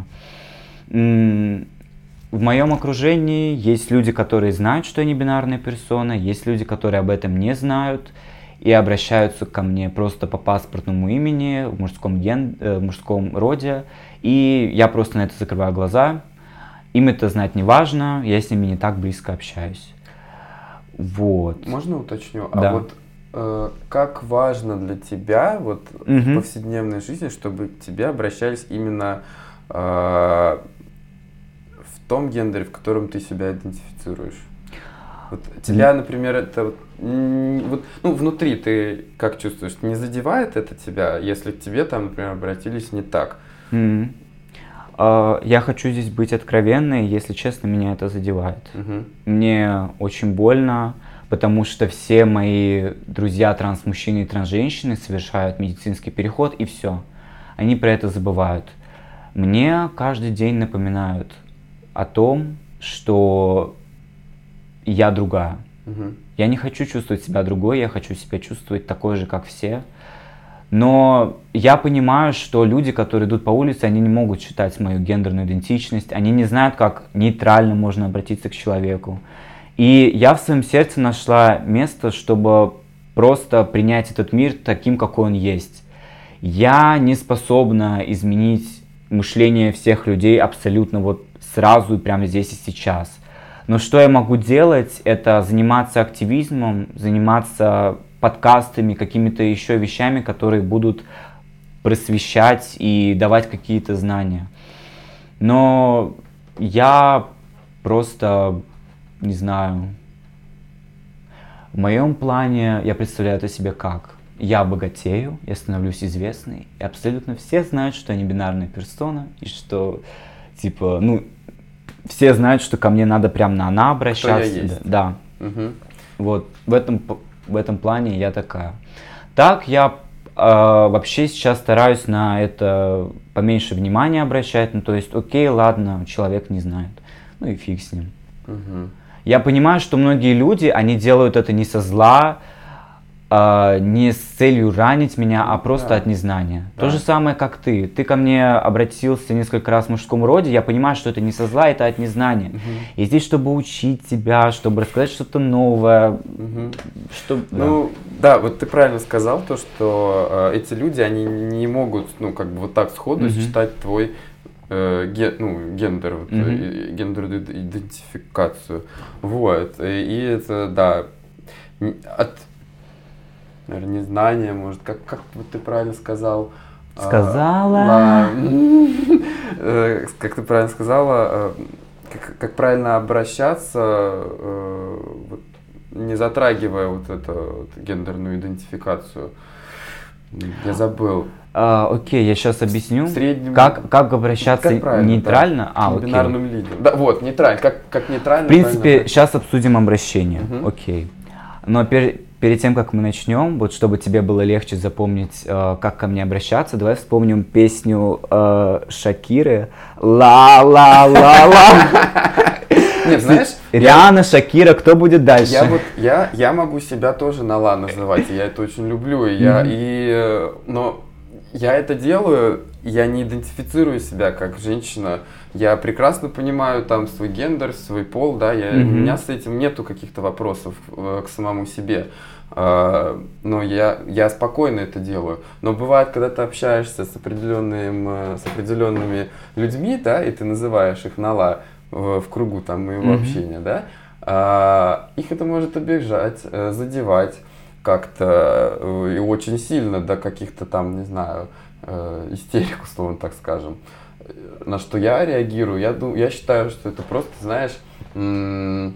М, В моем окружении есть люди, которые знают, что я не бинарная персона, есть люди, которые об этом не знают и обращаются ко мне просто по паспортному имени, в мужском, ген... э, в мужском роде, и я просто на это закрываю глаза. Им это знать не важно, я с ними не так близко общаюсь. Вот. Можно уточню? Да. А вот э, как важно для тебя вот в Мгм. повседневной жизни, чтобы к тебе обращались именно э, в том гендере, в котором ты себя идентифицируешь? Вот тебя, например, это вот, м, вот, ну, внутри ты как чувствуешь? Не задевает это тебя, если к тебе там, например, обратились не так? М. А, Я хочу здесь быть откровенной, если честно, меня это задевает. Мгм. Мне очень больно, потому что все мои друзья транс-мужчины и транс-женщины совершают медицинский переход, и все. Они про это забывают. Мне каждый день напоминают о том, что я другая. Угу. Я не хочу чувствовать себя другой, я хочу себя чувствовать такой же, как все. Но я понимаю, что люди, которые идут по улице, они не могут считать мою гендерную идентичность, они не знают, как нейтрально можно обратиться к человеку. И я в своем сердце нашла место, чтобы просто принять этот мир таким, какой он есть. Я не способна изменить мышление всех людей абсолютно вот сразу и прямо здесь и сейчас. Но что я могу делать, это заниматься активизмом, заниматься подкастами, какими-то еще вещами, которые будут просвещать и давать какие-то знания. Но я просто, не знаю, в моем плане я представляю это себе как. Я богатею, я становлюсь известной, и абсолютно все знают, что я не бинарная персона, и что, типа, ну, все знают, что ко мне надо прям на она обращаться. Кто я есть. Да. Угу. Вот, в этом, в этом плане я такая. Так, я э, вообще сейчас стараюсь на это поменьше внимания обращать, ну, то есть, окей, ладно, человек не знает, ну и фиг с ним. Угу. Я понимаю, что многие люди, они делают это не со зла, Uh, не с целью ранить меня, а просто да. от незнания. Да. То же самое, как ты. Ты ко мне обратился несколько раз в мужском роде, я понимаю, что это не со зла, это от незнания. Угу. И здесь, чтобы учить тебя, чтобы рассказать что-то новое. Угу. Что... Ну, да. да, вот ты правильно сказал, то, что э, эти люди, они не могут, ну, как бы вот так сходу угу. считать твой э, ген, ну, гендер, вот, угу. э, гендерную идентификацию. Вот. И, и это, да, от наверное, незнание, может, как, как вот ты правильно сказал. Сказала. Э, как ты правильно сказала, как, как правильно обращаться, э, вот, не затрагивая вот эту вот гендерную идентификацию. Я забыл. А, окей, я сейчас объясню. Среднем... Как, как обращаться как нейтрально? Да. А, бинарным лидером. Да, вот, нейтрально. Как, как нейтрально. В принципе, сейчас обсудим обращение. Угу. Окей. Но пер, перед тем, как мы начнем, вот чтобы тебе было легче запомнить, э, как ко мне обращаться, давай вспомним песню э, Шакиры «Ла-ла-ла-ла». Нет, знаешь... Риана, Шакира, кто будет дальше? Я вот, я, я могу себя тоже на «ла» называть, и я это очень люблю, и я, Mm-hmm. и, но я это делаю, я не идентифицирую себя как женщина, я прекрасно понимаю там свой гендер, свой пол, да, я, Mm-hmm. у меня с этим нету каких-то вопросов э, к самому себе, э, но я, я спокойно это делаю. Но бывает, когда ты общаешься с, определенным, э, с определенными людьми, да, и ты называешь их на «ла», В, в кругу там моего mm-hmm. общения, да, а, их это может обижать, задевать как-то э, и очень сильно до каких-то там, не знаю, э, истерик, условно так скажем. На что я реагирую, я, думаю, я считаю, что это просто, знаешь, м-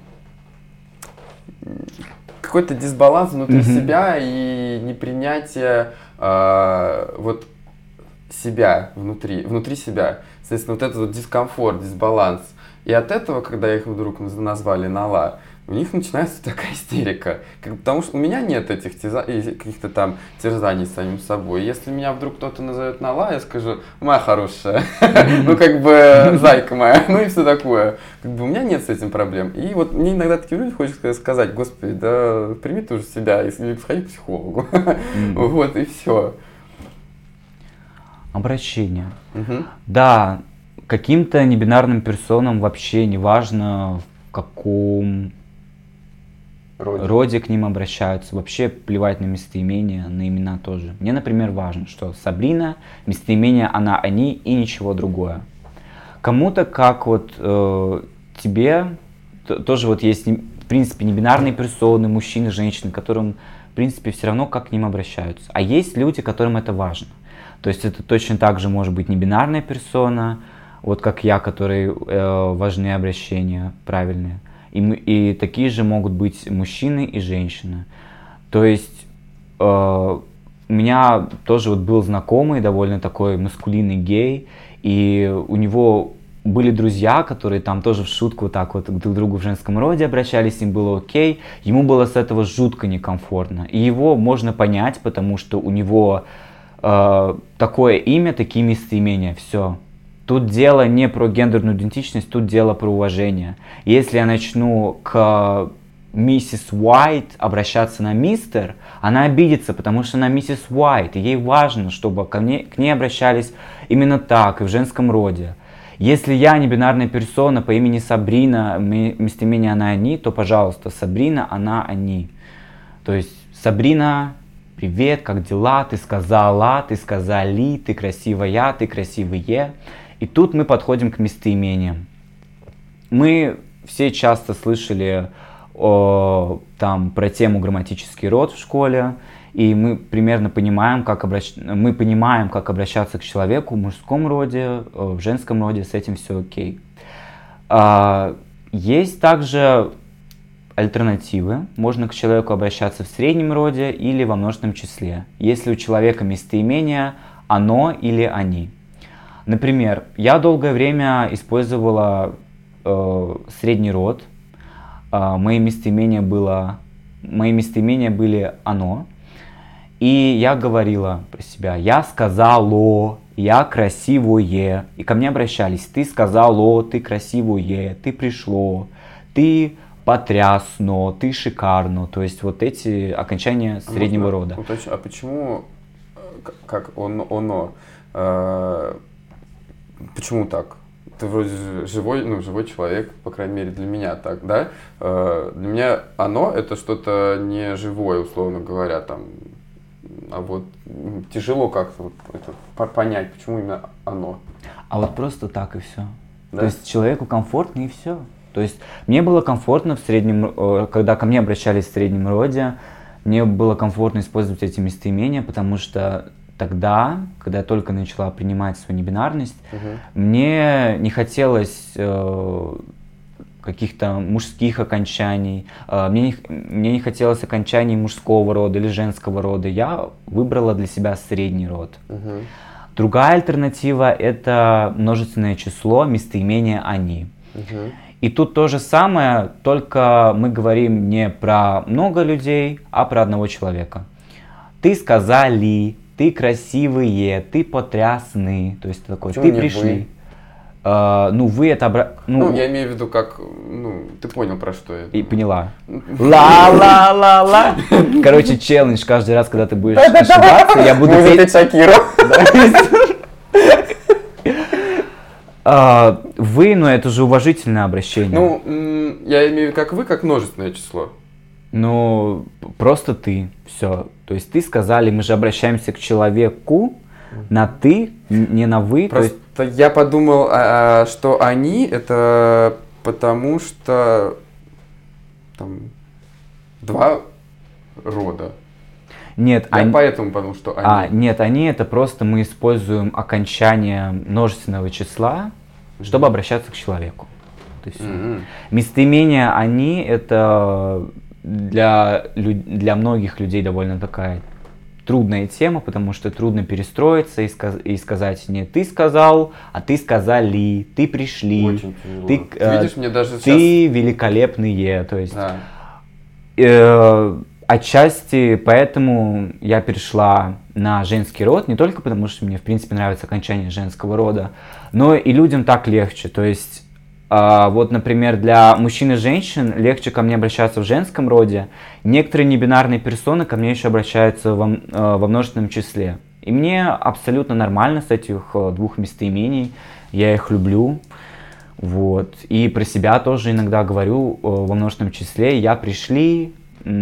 какой-то дисбаланс внутри mm-hmm. себя и непринятие э, вот себя внутри, внутри себя. Соответственно, вот этот вот дискомфорт, дисбаланс. И от этого, когда их вдруг назвали на «ла», у них начинается такая истерика. Как, потому что у меня нет этих теза, каких-то там терзаний с самим собой. Если меня вдруг кто-то назовет на «ла», я скажу: «Моя хорошая», ну как бы зайка моя, ну и все такое. Как бы у меня нет с этим проблем. И вот мне иногда такие люди хочется сказать: «Господи, да прими ты уже себя и сходи к психологу». Вот и все. Обращение. Да. Каким-то небинарным персонам вообще не важно, в каком роде. роде к ним обращаются. Вообще плевать на местоимения, на имена тоже. Мне, например, важно, что Сабрина, местоимение она, они и ничего другое. Кому-то, как вот э, тебе, т- тоже вот есть, в принципе, небинарные персоны, мужчины, женщины, которым, в принципе, все равно как к ним обращаются. А есть люди, которым это важно. То есть это точно так же может быть небинарная персона, вот как я, которые э, важны обращения правильные. И, мы, и такие же могут быть мужчины и женщины. То есть э, у меня тоже вот был знакомый, довольно такой маскулинный гей, и у него были друзья, которые там тоже в шутку вот так вот друг к другу в женском роде обращались, им было окей, ему было с этого жутко некомфортно. И его можно понять, потому что у него э, такое имя, такие местоимения, все. Тут дело не про гендерную идентичность, тут дело про уважение. Если я начну к миссис Уайт обращаться на мистер, она обидится, потому что она миссис Уайт, и ей важно, чтобы ко мне, к ней обращались именно так, и в женском роде. Если я не бинарная персона по имени Сабрина, местоимение она, они, то, пожалуйста, Сабрина, она, они. То есть Сабрина, привет, как дела, ты сказала, ты сказали, ты красивая, ты красивые. И тут мы подходим к местоимениям. Мы все часто слышали о, там, про тему грамматический род в школе, и мы примерно понимаем, как обращ... мы понимаем, как обращаться к человеку в мужском роде, в женском роде, с этим все окей. А, есть также альтернативы. Можно к человеку обращаться в среднем роде или во множественном числе, если у человека местоимение оно или они. Например, я долгое время использовала э, средний род. Э, мои местоимения было, мои местоимения были оно. И я говорила про себя: я сказала, я красивое. И ко мне обращались: ты сказала, ты красивое, ты пришло, ты потрясно, ты шикарно. То есть вот эти окончания среднего Можно рода. Уточнить, а почему, как он, оно, э, почему так? Ты вроде живой, ну, живой человек, по крайней мере для меня так, да? Э, для меня оно это что-то не живое, условно говоря, там. А вот тяжело как-то вот это понять, почему именно оно. А вот просто так и все. Да? То есть человеку комфортно и все. То есть мне было комфортно в среднем, когда ко мне обращались в среднем роде, мне было комфортно использовать эти местоимения, потому что тогда, когда я только начала принимать свою небинарность, угу. мне не хотелось э, каких-то мужских окончаний, э, мне, не, мне не хотелось окончаний мужского рода или женского рода. Я выбрала для себя средний род. Угу. Другая альтернатива — это множественное число, местоимение «они». Угу. И тут то же самое, только мы говорим не про много людей, а про одного человека. Ты сказали, ты красивые, ты потрясны. То есть такой, почему ты не пришли. Вы? А, ну вы это... Обра... Ну, ну, я имею в виду как, ну, ты понял, про что я. И поняла. Ла-ла-ла-ла. Короче, челлендж каждый раз, когда ты будешь ошибаться, я буду... Музыка Шакира. Uh, вы, но это же уважительное обращение. Ну, я имею в виду как вы, как множественное число. Ну, просто ты, все. То есть ты сказали, мы же обращаемся к человеку на ты, не на вы. Просто то есть... я подумал, а, что они, это потому что там два рода. Нет, я они... поэтому подумал, что они. А, нет, они это просто мы используем окончание множественного числа, mm-hmm. чтобы обращаться к человеку. То есть, mm-hmm. местоимение они это для, для многих людей довольно такая трудная тема, потому что трудно перестроиться и, сказ и сказать не ты сказал, а ты сказали, ты пришли. Очень тяжело. Ты, ты э, видишь, мне даже ты сейчас... великолепные. То есть, да. э, отчасти поэтому я перешла на женский род, не только потому, что мне, в принципе, нравится окончание женского рода, но и людям так легче. То есть, э, вот, например, для мужчин и женщин легче ко мне обращаться в женском роде. Некоторые небинарные персоны ко мне еще обращаются во, э, во множественном числе. И мне абсолютно нормально с этих э, двух местоимений, я их люблю. Вот. И про себя тоже иногда говорю э, во множественном числе. Я пришли...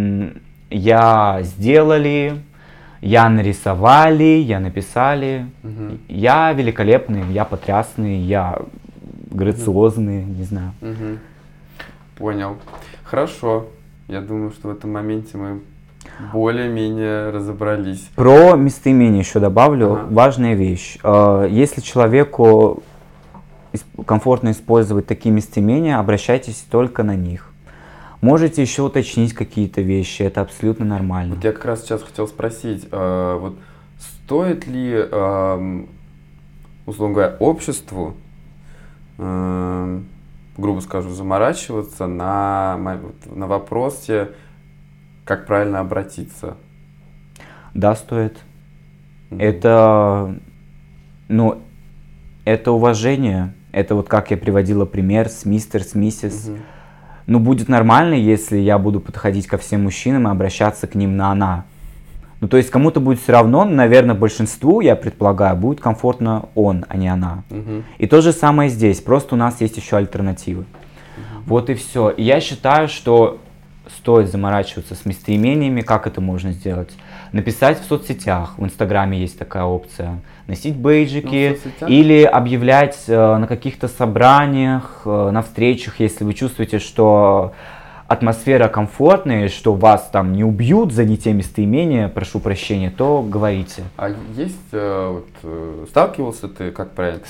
Я сделали, я нарисовали, я написали, угу. я великолепный, я потрясный, я грациозный, угу. не знаю. Угу. Понял. Хорошо. Я думаю, что в этом моменте мы более-менее разобрались. Про местоимение еще добавлю. Ага. Важная вещь. Если человеку комфортно использовать такие местоимения, обращайтесь только на них. Можете еще уточнить какие-то вещи, это абсолютно нормально. Вот я как раз сейчас хотел спросить, э, вот стоит ли, э, условно говоря, обществу, э, грубо скажу, заморачиваться на, на вопросе, как правильно обратиться? Да, стоит. Mm-hmm. Это, ну, это уважение. Это вот как я приводила пример с мистер, с миссис. Mm-hmm. Ну, будет нормально, если я буду подходить ко всем мужчинам и обращаться к ним на «она». Ну, то есть кому-то будет все равно, наверное, большинству, я предполагаю, будет комфортно он, а не она. Угу. И то же самое здесь, просто у нас есть еще альтернативы. Угу. Вот и все. И я считаю, что стоит заморачиваться с местоимениями. Как это можно сделать? Написать в соцсетях, в Инстаграме есть такая опция, носить бейджики, ну, или объявлять э, на каких-то собраниях, э, на встречах, если вы чувствуете, что атмосфера комфортная, что вас там не убьют за не те местоимения, прошу прощения, то говорите. А есть, э, вот, э, сталкивался ты, как правильно,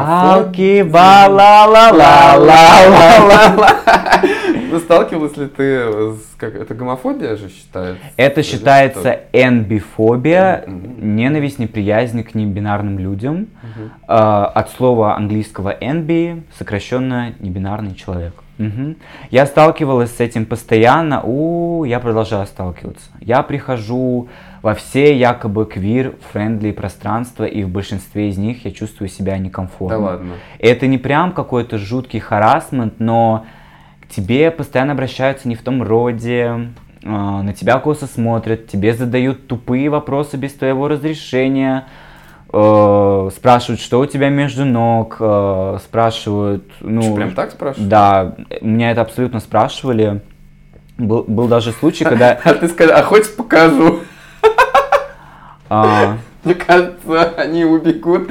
Сталкивала-ла-ла-ла-ла-ла-ла. Ну, сталкивалась ли ты с, как, это гомофобия же считается? Это считается энбифобия, ненависть, неприязнь к небинарным людям, от слова английского enby, сокращенно небинарный человек. Угу. Я сталкивалась с этим постоянно, у, я продолжаю сталкиваться. Я прихожу во все якобы квир-френдли пространства, и в большинстве из них я чувствую себя некомфортно. Да ладно. Это не прям какой-то жуткий харассмент, но к тебе постоянно обращаются не в том роде, э, на тебя косо смотрят, тебе задают тупые вопросы без твоего разрешения, э, спрашивают, что у тебя между ног, э, спрашивают... Ну, что, прям так спрашивают? Да, меня это абсолютно спрашивали. Был, был даже случай, когда... А ты сказал, а хочешь покажу? Мне кажется, они убегут.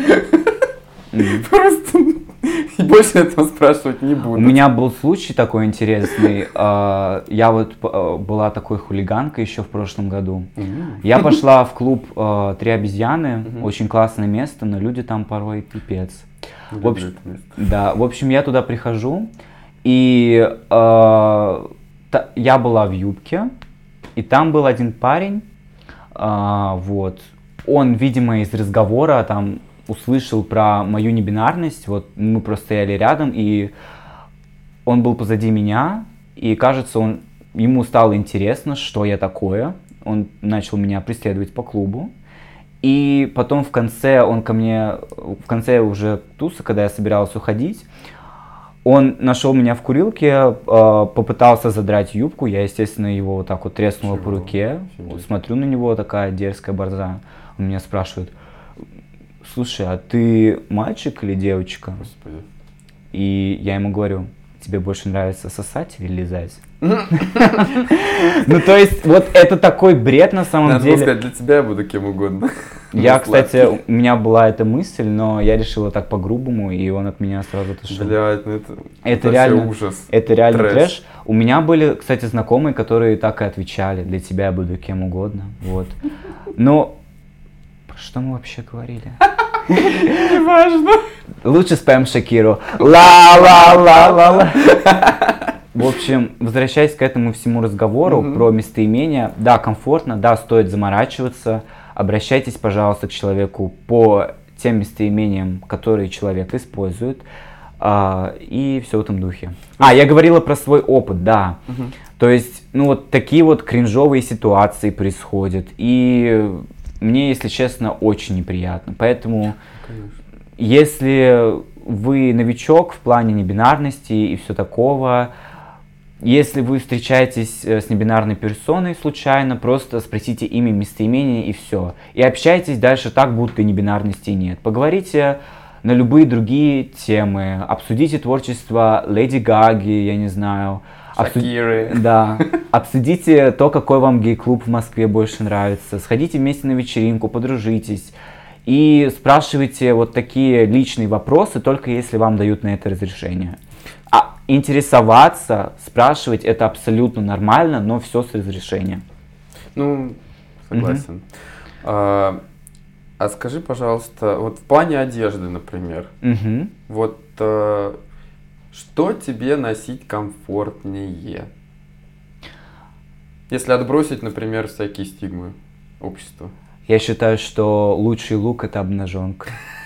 Просто и больше этого спрашивать не буду. У меня был случай такой интересный. Я вот была такой хулиганкой еще в прошлом году. Я пошла в клуб «Три обезьяны». Очень классное место, но люди там порой пипец. В общем, да, в общем, я туда прихожу, и я была в юбке, и там был один парень, вот. Он, видимо, из разговора там услышал про мою небинарность, вот мы просто стояли рядом, и он был позади меня, и кажется, он, ему стало интересно, что я такое, он начал меня преследовать по клубу, и потом в конце, он ко мне, в конце уже туса, когда я собиралась уходить, он нашел меня в курилке, попытался задрать юбку, я, естественно, его вот так вот треснула по руке, смотрю на него, такая дерзкая борза, он меня спрашивает: слушай, а ты мальчик или девочка? Господи. И я ему говорю: тебе больше нравится сосать или лизать? Ну, то есть, вот это такой бред на самом деле. Надо сказать, для тебя я буду кем угодно. Я, кстати, у меня была эта мысль, но я решила так по-грубому, и он от меня сразу отошел. Блядь, ну это, это реально ужас. Это реально трэш. У меня были, кстати, знакомые, которые так и отвечали: для тебя я буду кем угодно. Вот. Но что мы вообще говорили? Неважно. Лучше споем Шакиру. Ла-ла-ла-ла-ла. В общем, возвращаясь к этому всему разговору mm-hmm. про местоимения, да, комфортно, да, стоит заморачиваться. Обращайтесь, пожалуйста, к человеку по тем местоимениям, которые человек использует, а, и все в этом духе. А, я говорила про свой опыт, да. Mm-hmm. То есть, ну вот такие вот кринжовые ситуации происходят, и мне, если честно, очень неприятно. Поэтому, конечно, если вы новичок в плане небинарности и все такого, если вы встречаетесь с небинарной персоной случайно, просто спросите имя, местоимение и все. И общайтесь дальше так, будто небинарности нет. Поговорите на любые другие темы, обсудите творчество Леди Гаги, я не знаю. Шакиры. Обсуд... Да. Обсудите то, какой вам гей-клуб в Москве больше нравится. Сходите вместе на вечеринку, подружитесь. И спрашивайте вот такие личные вопросы, только если вам дают на это разрешение. А интересоваться, спрашивать — это абсолютно нормально, но все с разрешения. Ну, согласен. Mm-hmm. А, а скажи, пожалуйста, вот в плане одежды, например, mm-hmm. вот а, что тебе носить комфортнее? Если отбросить, например, всякие стигмы общества. Я считаю, что лучший лук — это обнаженка.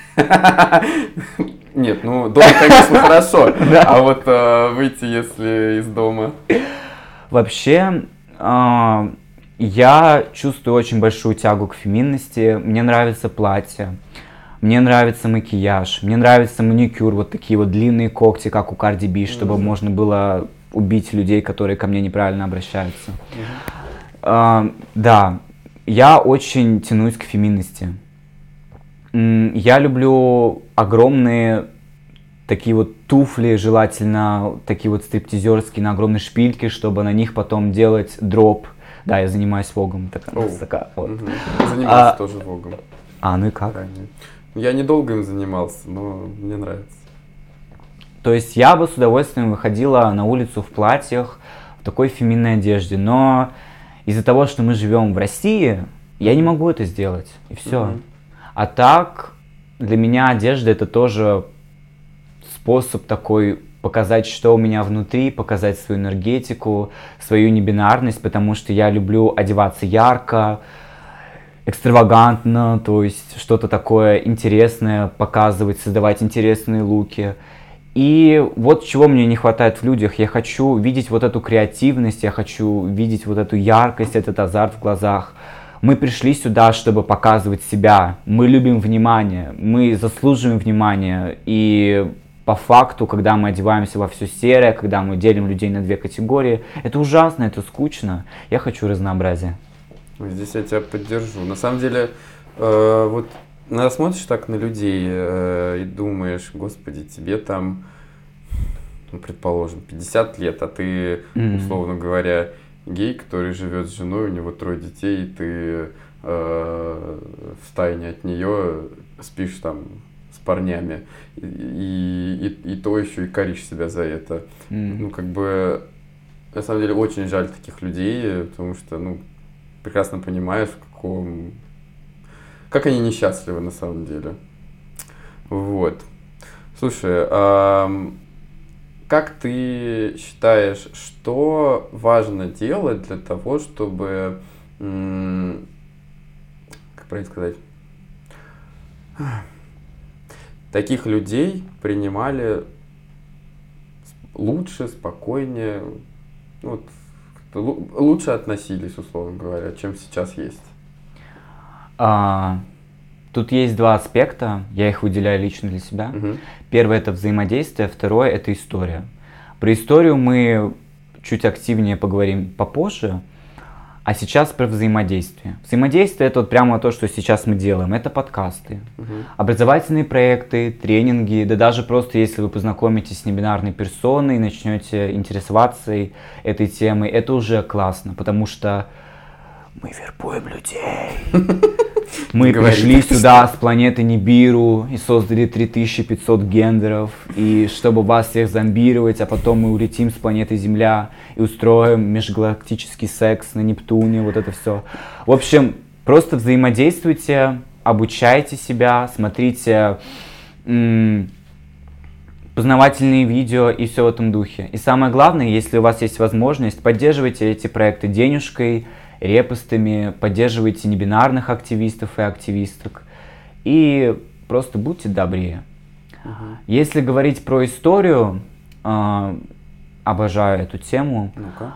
Нет, ну дома, конечно, хорошо, а вот выйти, если из дома? Вообще, я чувствую очень большую тягу к феминности. Мне нравится платье, мне нравится макияж, мне нравится маникюр, вот такие вот длинные когти, как у Cardi B, чтобы можно было убить людей, которые ко мне неправильно обращаются. Mm-hmm. А, да, я очень тянусь к феминности. Я люблю огромные такие вот туфли, желательно такие вот стриптизерские на огромной шпильке, чтобы на них потом делать дроп. Да, я занимаюсь вогом. Такая, oh. такая, вот. Угу. Занимался а, тоже вогом. А, ну и как? Ранее. Я недолго им занимался, но мне нравится. То есть я бы с удовольствием выходила на улицу в платьях, в такой феминной одежде, но из-за того, что мы живем в России, я не могу это сделать, и все. Mm-hmm. А так, для меня одежда это тоже способ такой показать, что у меня внутри, показать свою энергетику, свою небинарность, потому что я люблю одеваться ярко, экстравагантно, то есть что-то такое интересное показывать, создавать интересные луки. И вот чего мне не хватает в людях. Я хочу видеть вот эту креативность, я хочу видеть вот эту яркость, этот азарт в глазах. Мы пришли сюда, чтобы показывать себя. Мы любим внимание, мы заслуживаем внимания. И по факту, когда мы одеваемся во все серое, когда мы делим людей на две категории, это ужасно, это скучно. Я хочу разнообразия. Здесь я тебя поддержу. На самом деле, э, вот ну, смотришь так на людей э, и думаешь, господи, тебе там, ну, предположим, пятьдесят лет, а ты, условно говоря, гей, который живет с женой, у него трое детей, и ты э, в тайне от нее спишь там с парнями, и, и, и то еще и коришь себя за это. Mm. Ну, как бы, на самом деле, очень жаль таких людей, потому что, ну, прекрасно понимаешь, в каком... как они несчастливы на самом деле. Вот. Слушай, а как ты считаешь, что важно делать для того, чтобы, как правильно сказать, таких людей принимали лучше, спокойнее, вот, лучше относились, условно говоря, чем сейчас есть? А, тут есть два аспекта, я их выделяю лично для себя. Uh-huh. Первое — это взаимодействие, второе — это история. Про историю мы чуть активнее поговорим попозже, а сейчас про взаимодействие. Взаимодействие — это вот прямо то, что сейчас мы делаем. Это подкасты, uh-huh. образовательные проекты, тренинги, да даже просто если вы познакомитесь с небинарной персоной, начнете интересоваться этой темой, это уже классно, потому что мы вербуем людей. Мы пришли сюда с планеты Нибиру и создали три тысячи пятьсот гендеров, и чтобы вас всех зомбировать, а потом мы улетим с планеты Земля и устроим межгалактический секс на Нептуне, вот это все. В общем, просто взаимодействуйте, обучайте себя, смотрите м- познавательные видео и все в этом духе. И самое главное, если у вас есть возможность, поддерживайте эти проекты денежкой, репостами, поддерживайте небинарных активистов и активисток и просто будьте добрее. Uh-huh. Если говорить про историю, э, обожаю эту тему. Ну-ка.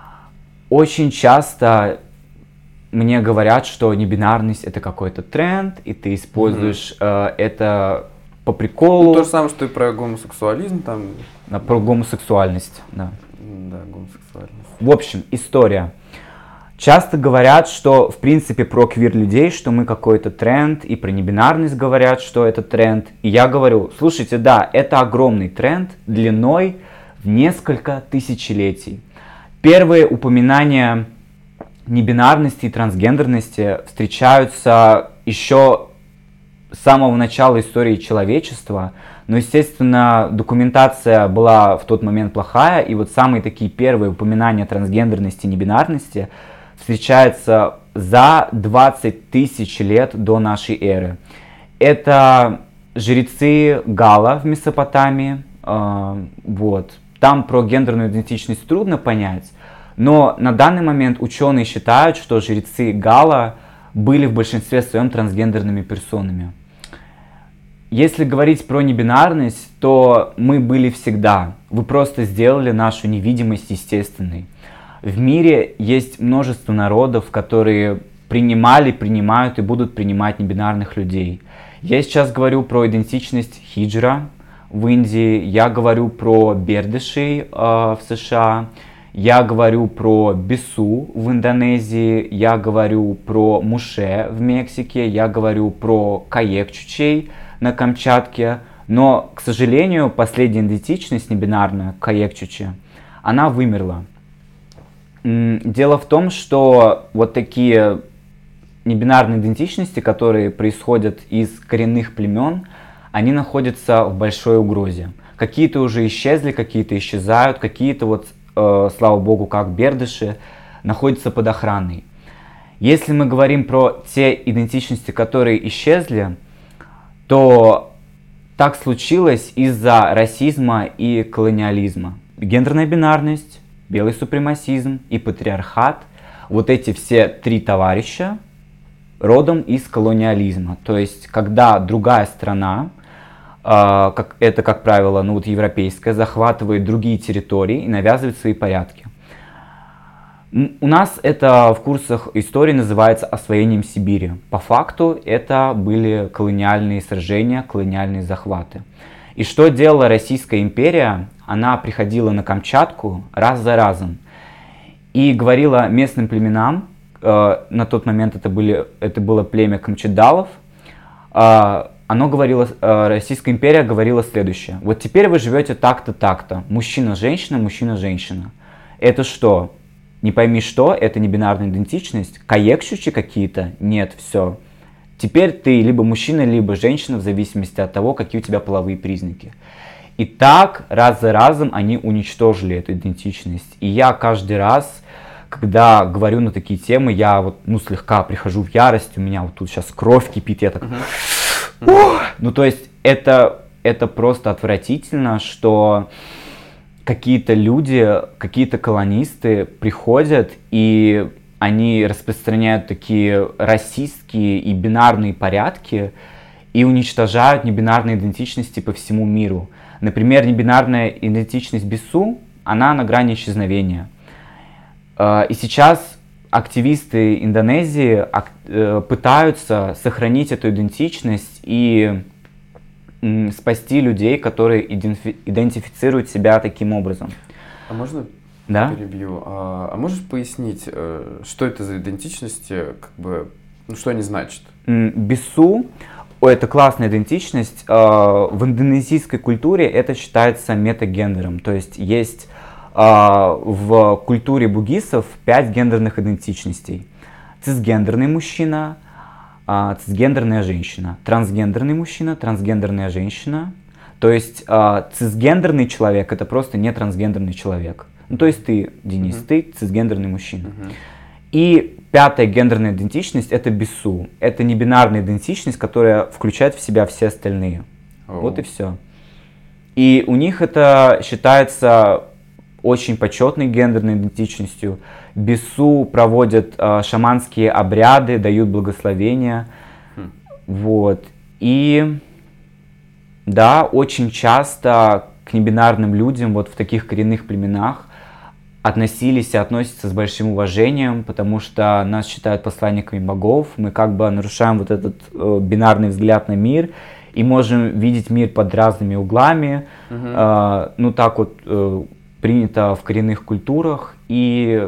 Очень часто мне говорят, что небинарность — это какой-то тренд, и ты используешь uh-huh. э, это по приколу. Ну, то же самое, что и про гомосексуализм там. Да, про гомосексуальность, да. Да, гомосексуальность. В общем, история. Часто говорят, что, в принципе, про квир-людей, что мы какой-то тренд, и про небинарность говорят, что это тренд. И я говорю, слушайте, да, это огромный тренд длиной в несколько тысячелетий. Первые упоминания небинарности и трансгендерности встречаются еще с самого начала истории человечества. Но, естественно, документация была в тот момент плохая, и вот самые такие первые упоминания трансгендерности и небинарности встречается за двадцать тысяч лет до нашей эры. Это жрецы Гала в Месопотамии. Э, вот. Там про гендерную идентичность трудно понять, но на данный момент ученые считают, что жрецы Гала были в большинстве своем трансгендерными персонами. Если говорить про небинарность, то мы были всегда. Вы просто сделали нашу невидимость естественной. В мире есть множество народов, которые принимали, принимают и будут принимать небинарных людей. Я сейчас говорю про идентичность хиджра. в Индии, я говорю про бердышей э, в США, я говорю про бису в Индонезии, я говорю про муше в Мексике, я говорю про каек-чучей на Камчатке. Но, к сожалению, последняя идентичность небинарная, каек-чуче, она вымерла. Дело в том, что вот такие небинарные идентичности, которые происходят из коренных племен, они находятся в большой угрозе. Какие-то уже исчезли, какие-то исчезают, какие-то, вот, э, слава богу, как бердыши, находятся под охраной. Если мы говорим про те идентичности, которые исчезли, то так случилось из-за расизма и колониализма. Гендерная бинарность, белый супремасизм и патриархат, вот эти все три товарища родом из колониализма. То есть, когда другая страна, э, как, это, как правило, ну, вот европейская, захватывает другие территории и навязывает свои порядки. У нас это в курсах истории называется освоением Сибири. По факту это были колониальные сражения, колониальные захваты. И что делала Российская империя? Она приходила на Камчатку раз за разом и говорила местным племенам, э, на тот момент это, были, это было племя камчедалов, э, оно говорило, э, Российская империя говорила следующее: вот теперь вы живете так-то, так-то, мужчина-женщина, мужчина-женщина. Это что? Не пойми что, это не бинарная идентичность, каек-чучи какие-то? Нет, все. Теперь ты либо мужчина, либо женщина, в зависимости от того, какие у тебя половые признаки. И так раз за разом они уничтожили эту идентичность. И я каждый раз, когда говорю на такие темы, я вот, ну, слегка прихожу в ярость, у меня вот тут сейчас кровь кипит, я так... Uh-huh. Ну, то есть это, это просто отвратительно, что какие-то люди, какие-то колонисты приходят и они распространяют такие расистские и бинарные порядки и уничтожают небинарные идентичности по всему миру. Например, небинарная идентичность бису, она на грани исчезновения. И сейчас активисты Индонезии пытаются сохранить эту идентичность и спасти людей, которые идентифицируют себя таким образом. А можно да? перебью? А, а можешь пояснить, что это за идентичности, как бы, ну, что они значат? Бису — это классная идентичность. В индонезийской культуре это считается метагендером. То есть есть в культуре бугисов пять гендерных идентичностей. Цисгендерный мужчина, цисгендерная женщина, трансгендерный мужчина, трансгендерная женщина. То есть цисгендерный человек — это просто не трансгендерный человек. Ну, то есть ты, Денис, uh-huh. ты цисгендерный мужчина. Uh-huh. И пятая гендерная идентичность — это бису. Это небинарная идентичность, которая включает в себя все остальные. Oh. Вот и все. И у них это считается очень почетной гендерной идентичностью. Бису проводят э, шаманские обряды, дают благословения. Hmm. Вот. И да, очень часто к небинарным людям вот в таких коренных племенах относились и относятся с большим уважением, потому что нас считают посланниками богов. Мы как бы нарушаем вот этот э, бинарный взгляд на мир и можем видеть мир под разными углами. Uh-huh. Э, ну так вот э, принято в коренных культурах. И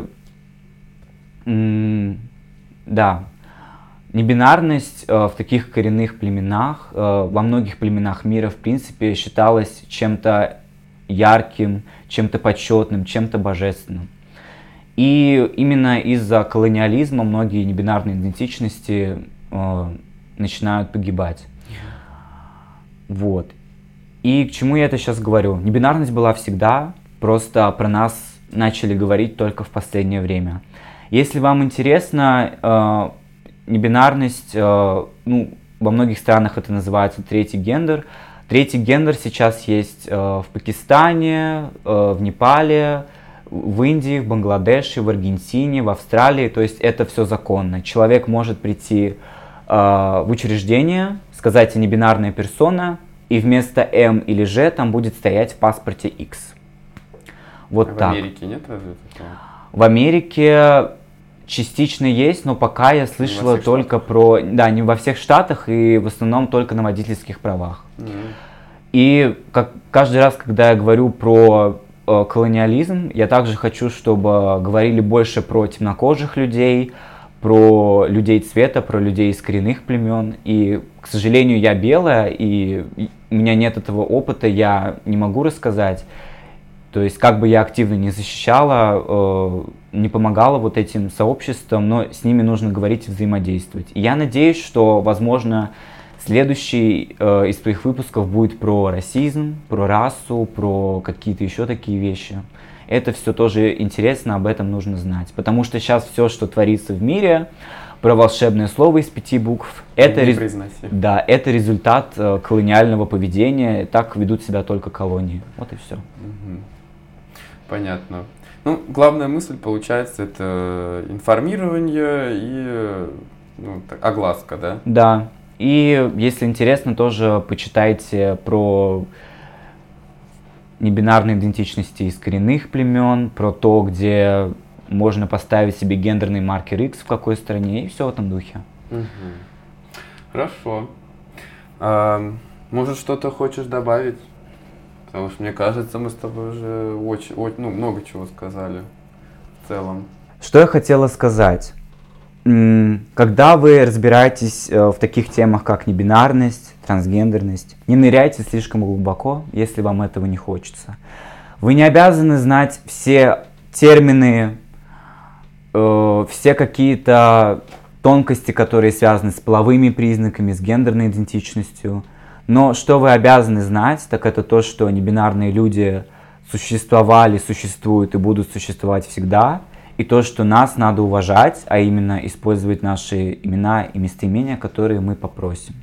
м- да, небинарность э, в таких коренных племенах, э, во многих племенах мира в принципе считалась чем-то ярким, чем-то почетным, чем-то божественным. И именно из-за колониализма многие небинарные идентичности э, начинают погибать. Вот. И к чему я это сейчас говорю? Небинарность была всегда, просто про нас начали говорить только в последнее время. Если вам интересно, э, небинарность, э, ну, во многих странах это называется третий гендер. Третий гендер сейчас есть э, в Пакистане, э, в Непале, в Индии, в Бангладеше, в Аргентине, в Австралии. То есть это все законно. Человек может прийти э, в учреждение, сказать небинарная персона, и вместо М или Ж там будет стоять в паспорте X. Вот а так. В Америке нет разве такого? В Америке частично есть, но пока я слышала только штатах? про... Да, не во всех штатах и в основном только на водительских правах. Mm-hmm. И как, каждый раз, когда я говорю про э, колониализм, я также хочу, чтобы говорили больше про темнокожих людей, про людей цвета, про людей из коренных племен. И, к сожалению, я белая, и у меня нет этого опыта, я не могу рассказать. То есть, как бы я активно не защищала, э, не помогала вот этим сообществам, но с ними нужно говорить и взаимодействовать. И я надеюсь, что, возможно, следующий э, из твоих выпусков будет про расизм, про расу, про какие-то еще такие вещи. Это все тоже интересно, об этом нужно знать. Потому что сейчас все, что творится в мире, про волшебное слово из пяти букв, это, рез... да, это результат э, колониального поведения. Так ведут себя только колонии. Вот и все. Угу. Понятно. Ну, главная мысль, получается, это информирование и ну, так, огласка, да? Да. И, если интересно, тоже почитайте про небинарные идентичности из коренных племен, про то, где можно поставить себе гендерный маркер X в какой стране, и все в этом духе. Угу. Хорошо. А, может, что-то хочешь добавить? Потому что, мне кажется, мы с тобой уже очень, очень, ну, много чего сказали в целом. Что я хотела сказать? Когда вы разбираетесь в таких темах, как небинарность, трансгендерность, не ныряйте слишком глубоко, если вам этого не хочется. Вы не обязаны знать все термины, все какие-то тонкости, которые связаны с половыми признаками, с гендерной идентичностью. Но что вы обязаны знать, так это то, что небинарные люди существовали, существуют и будут существовать всегда. И то, что нас надо уважать, а именно использовать наши имена и местоимения, которые мы попросим.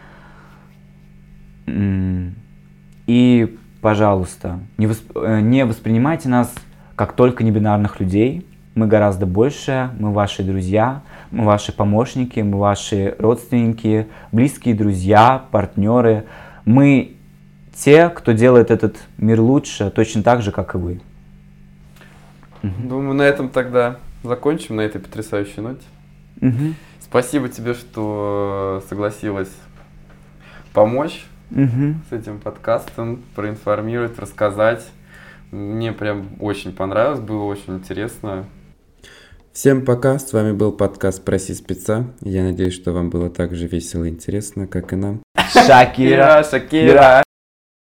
И, пожалуйста, не, восп... не воспринимайте нас как только небинарных людей. Мы гораздо больше, мы ваши друзья, мы ваши помощники, мы ваши родственники, близкие друзья, партнеры. Мы те, кто делает этот мир лучше, точно так же, как и вы. Думаю, на этом тогда закончим, на этой потрясающей ноте. Угу. Спасибо тебе, что согласилась помочь угу. с этим подкастом, проинформировать, рассказать. Мне прям очень понравилось, было очень интересно. Всем пока, с вами был подкаст «Проси спеца». Я надеюсь, что вам было так же весело и интересно, как и нам. Шакира, Шакира.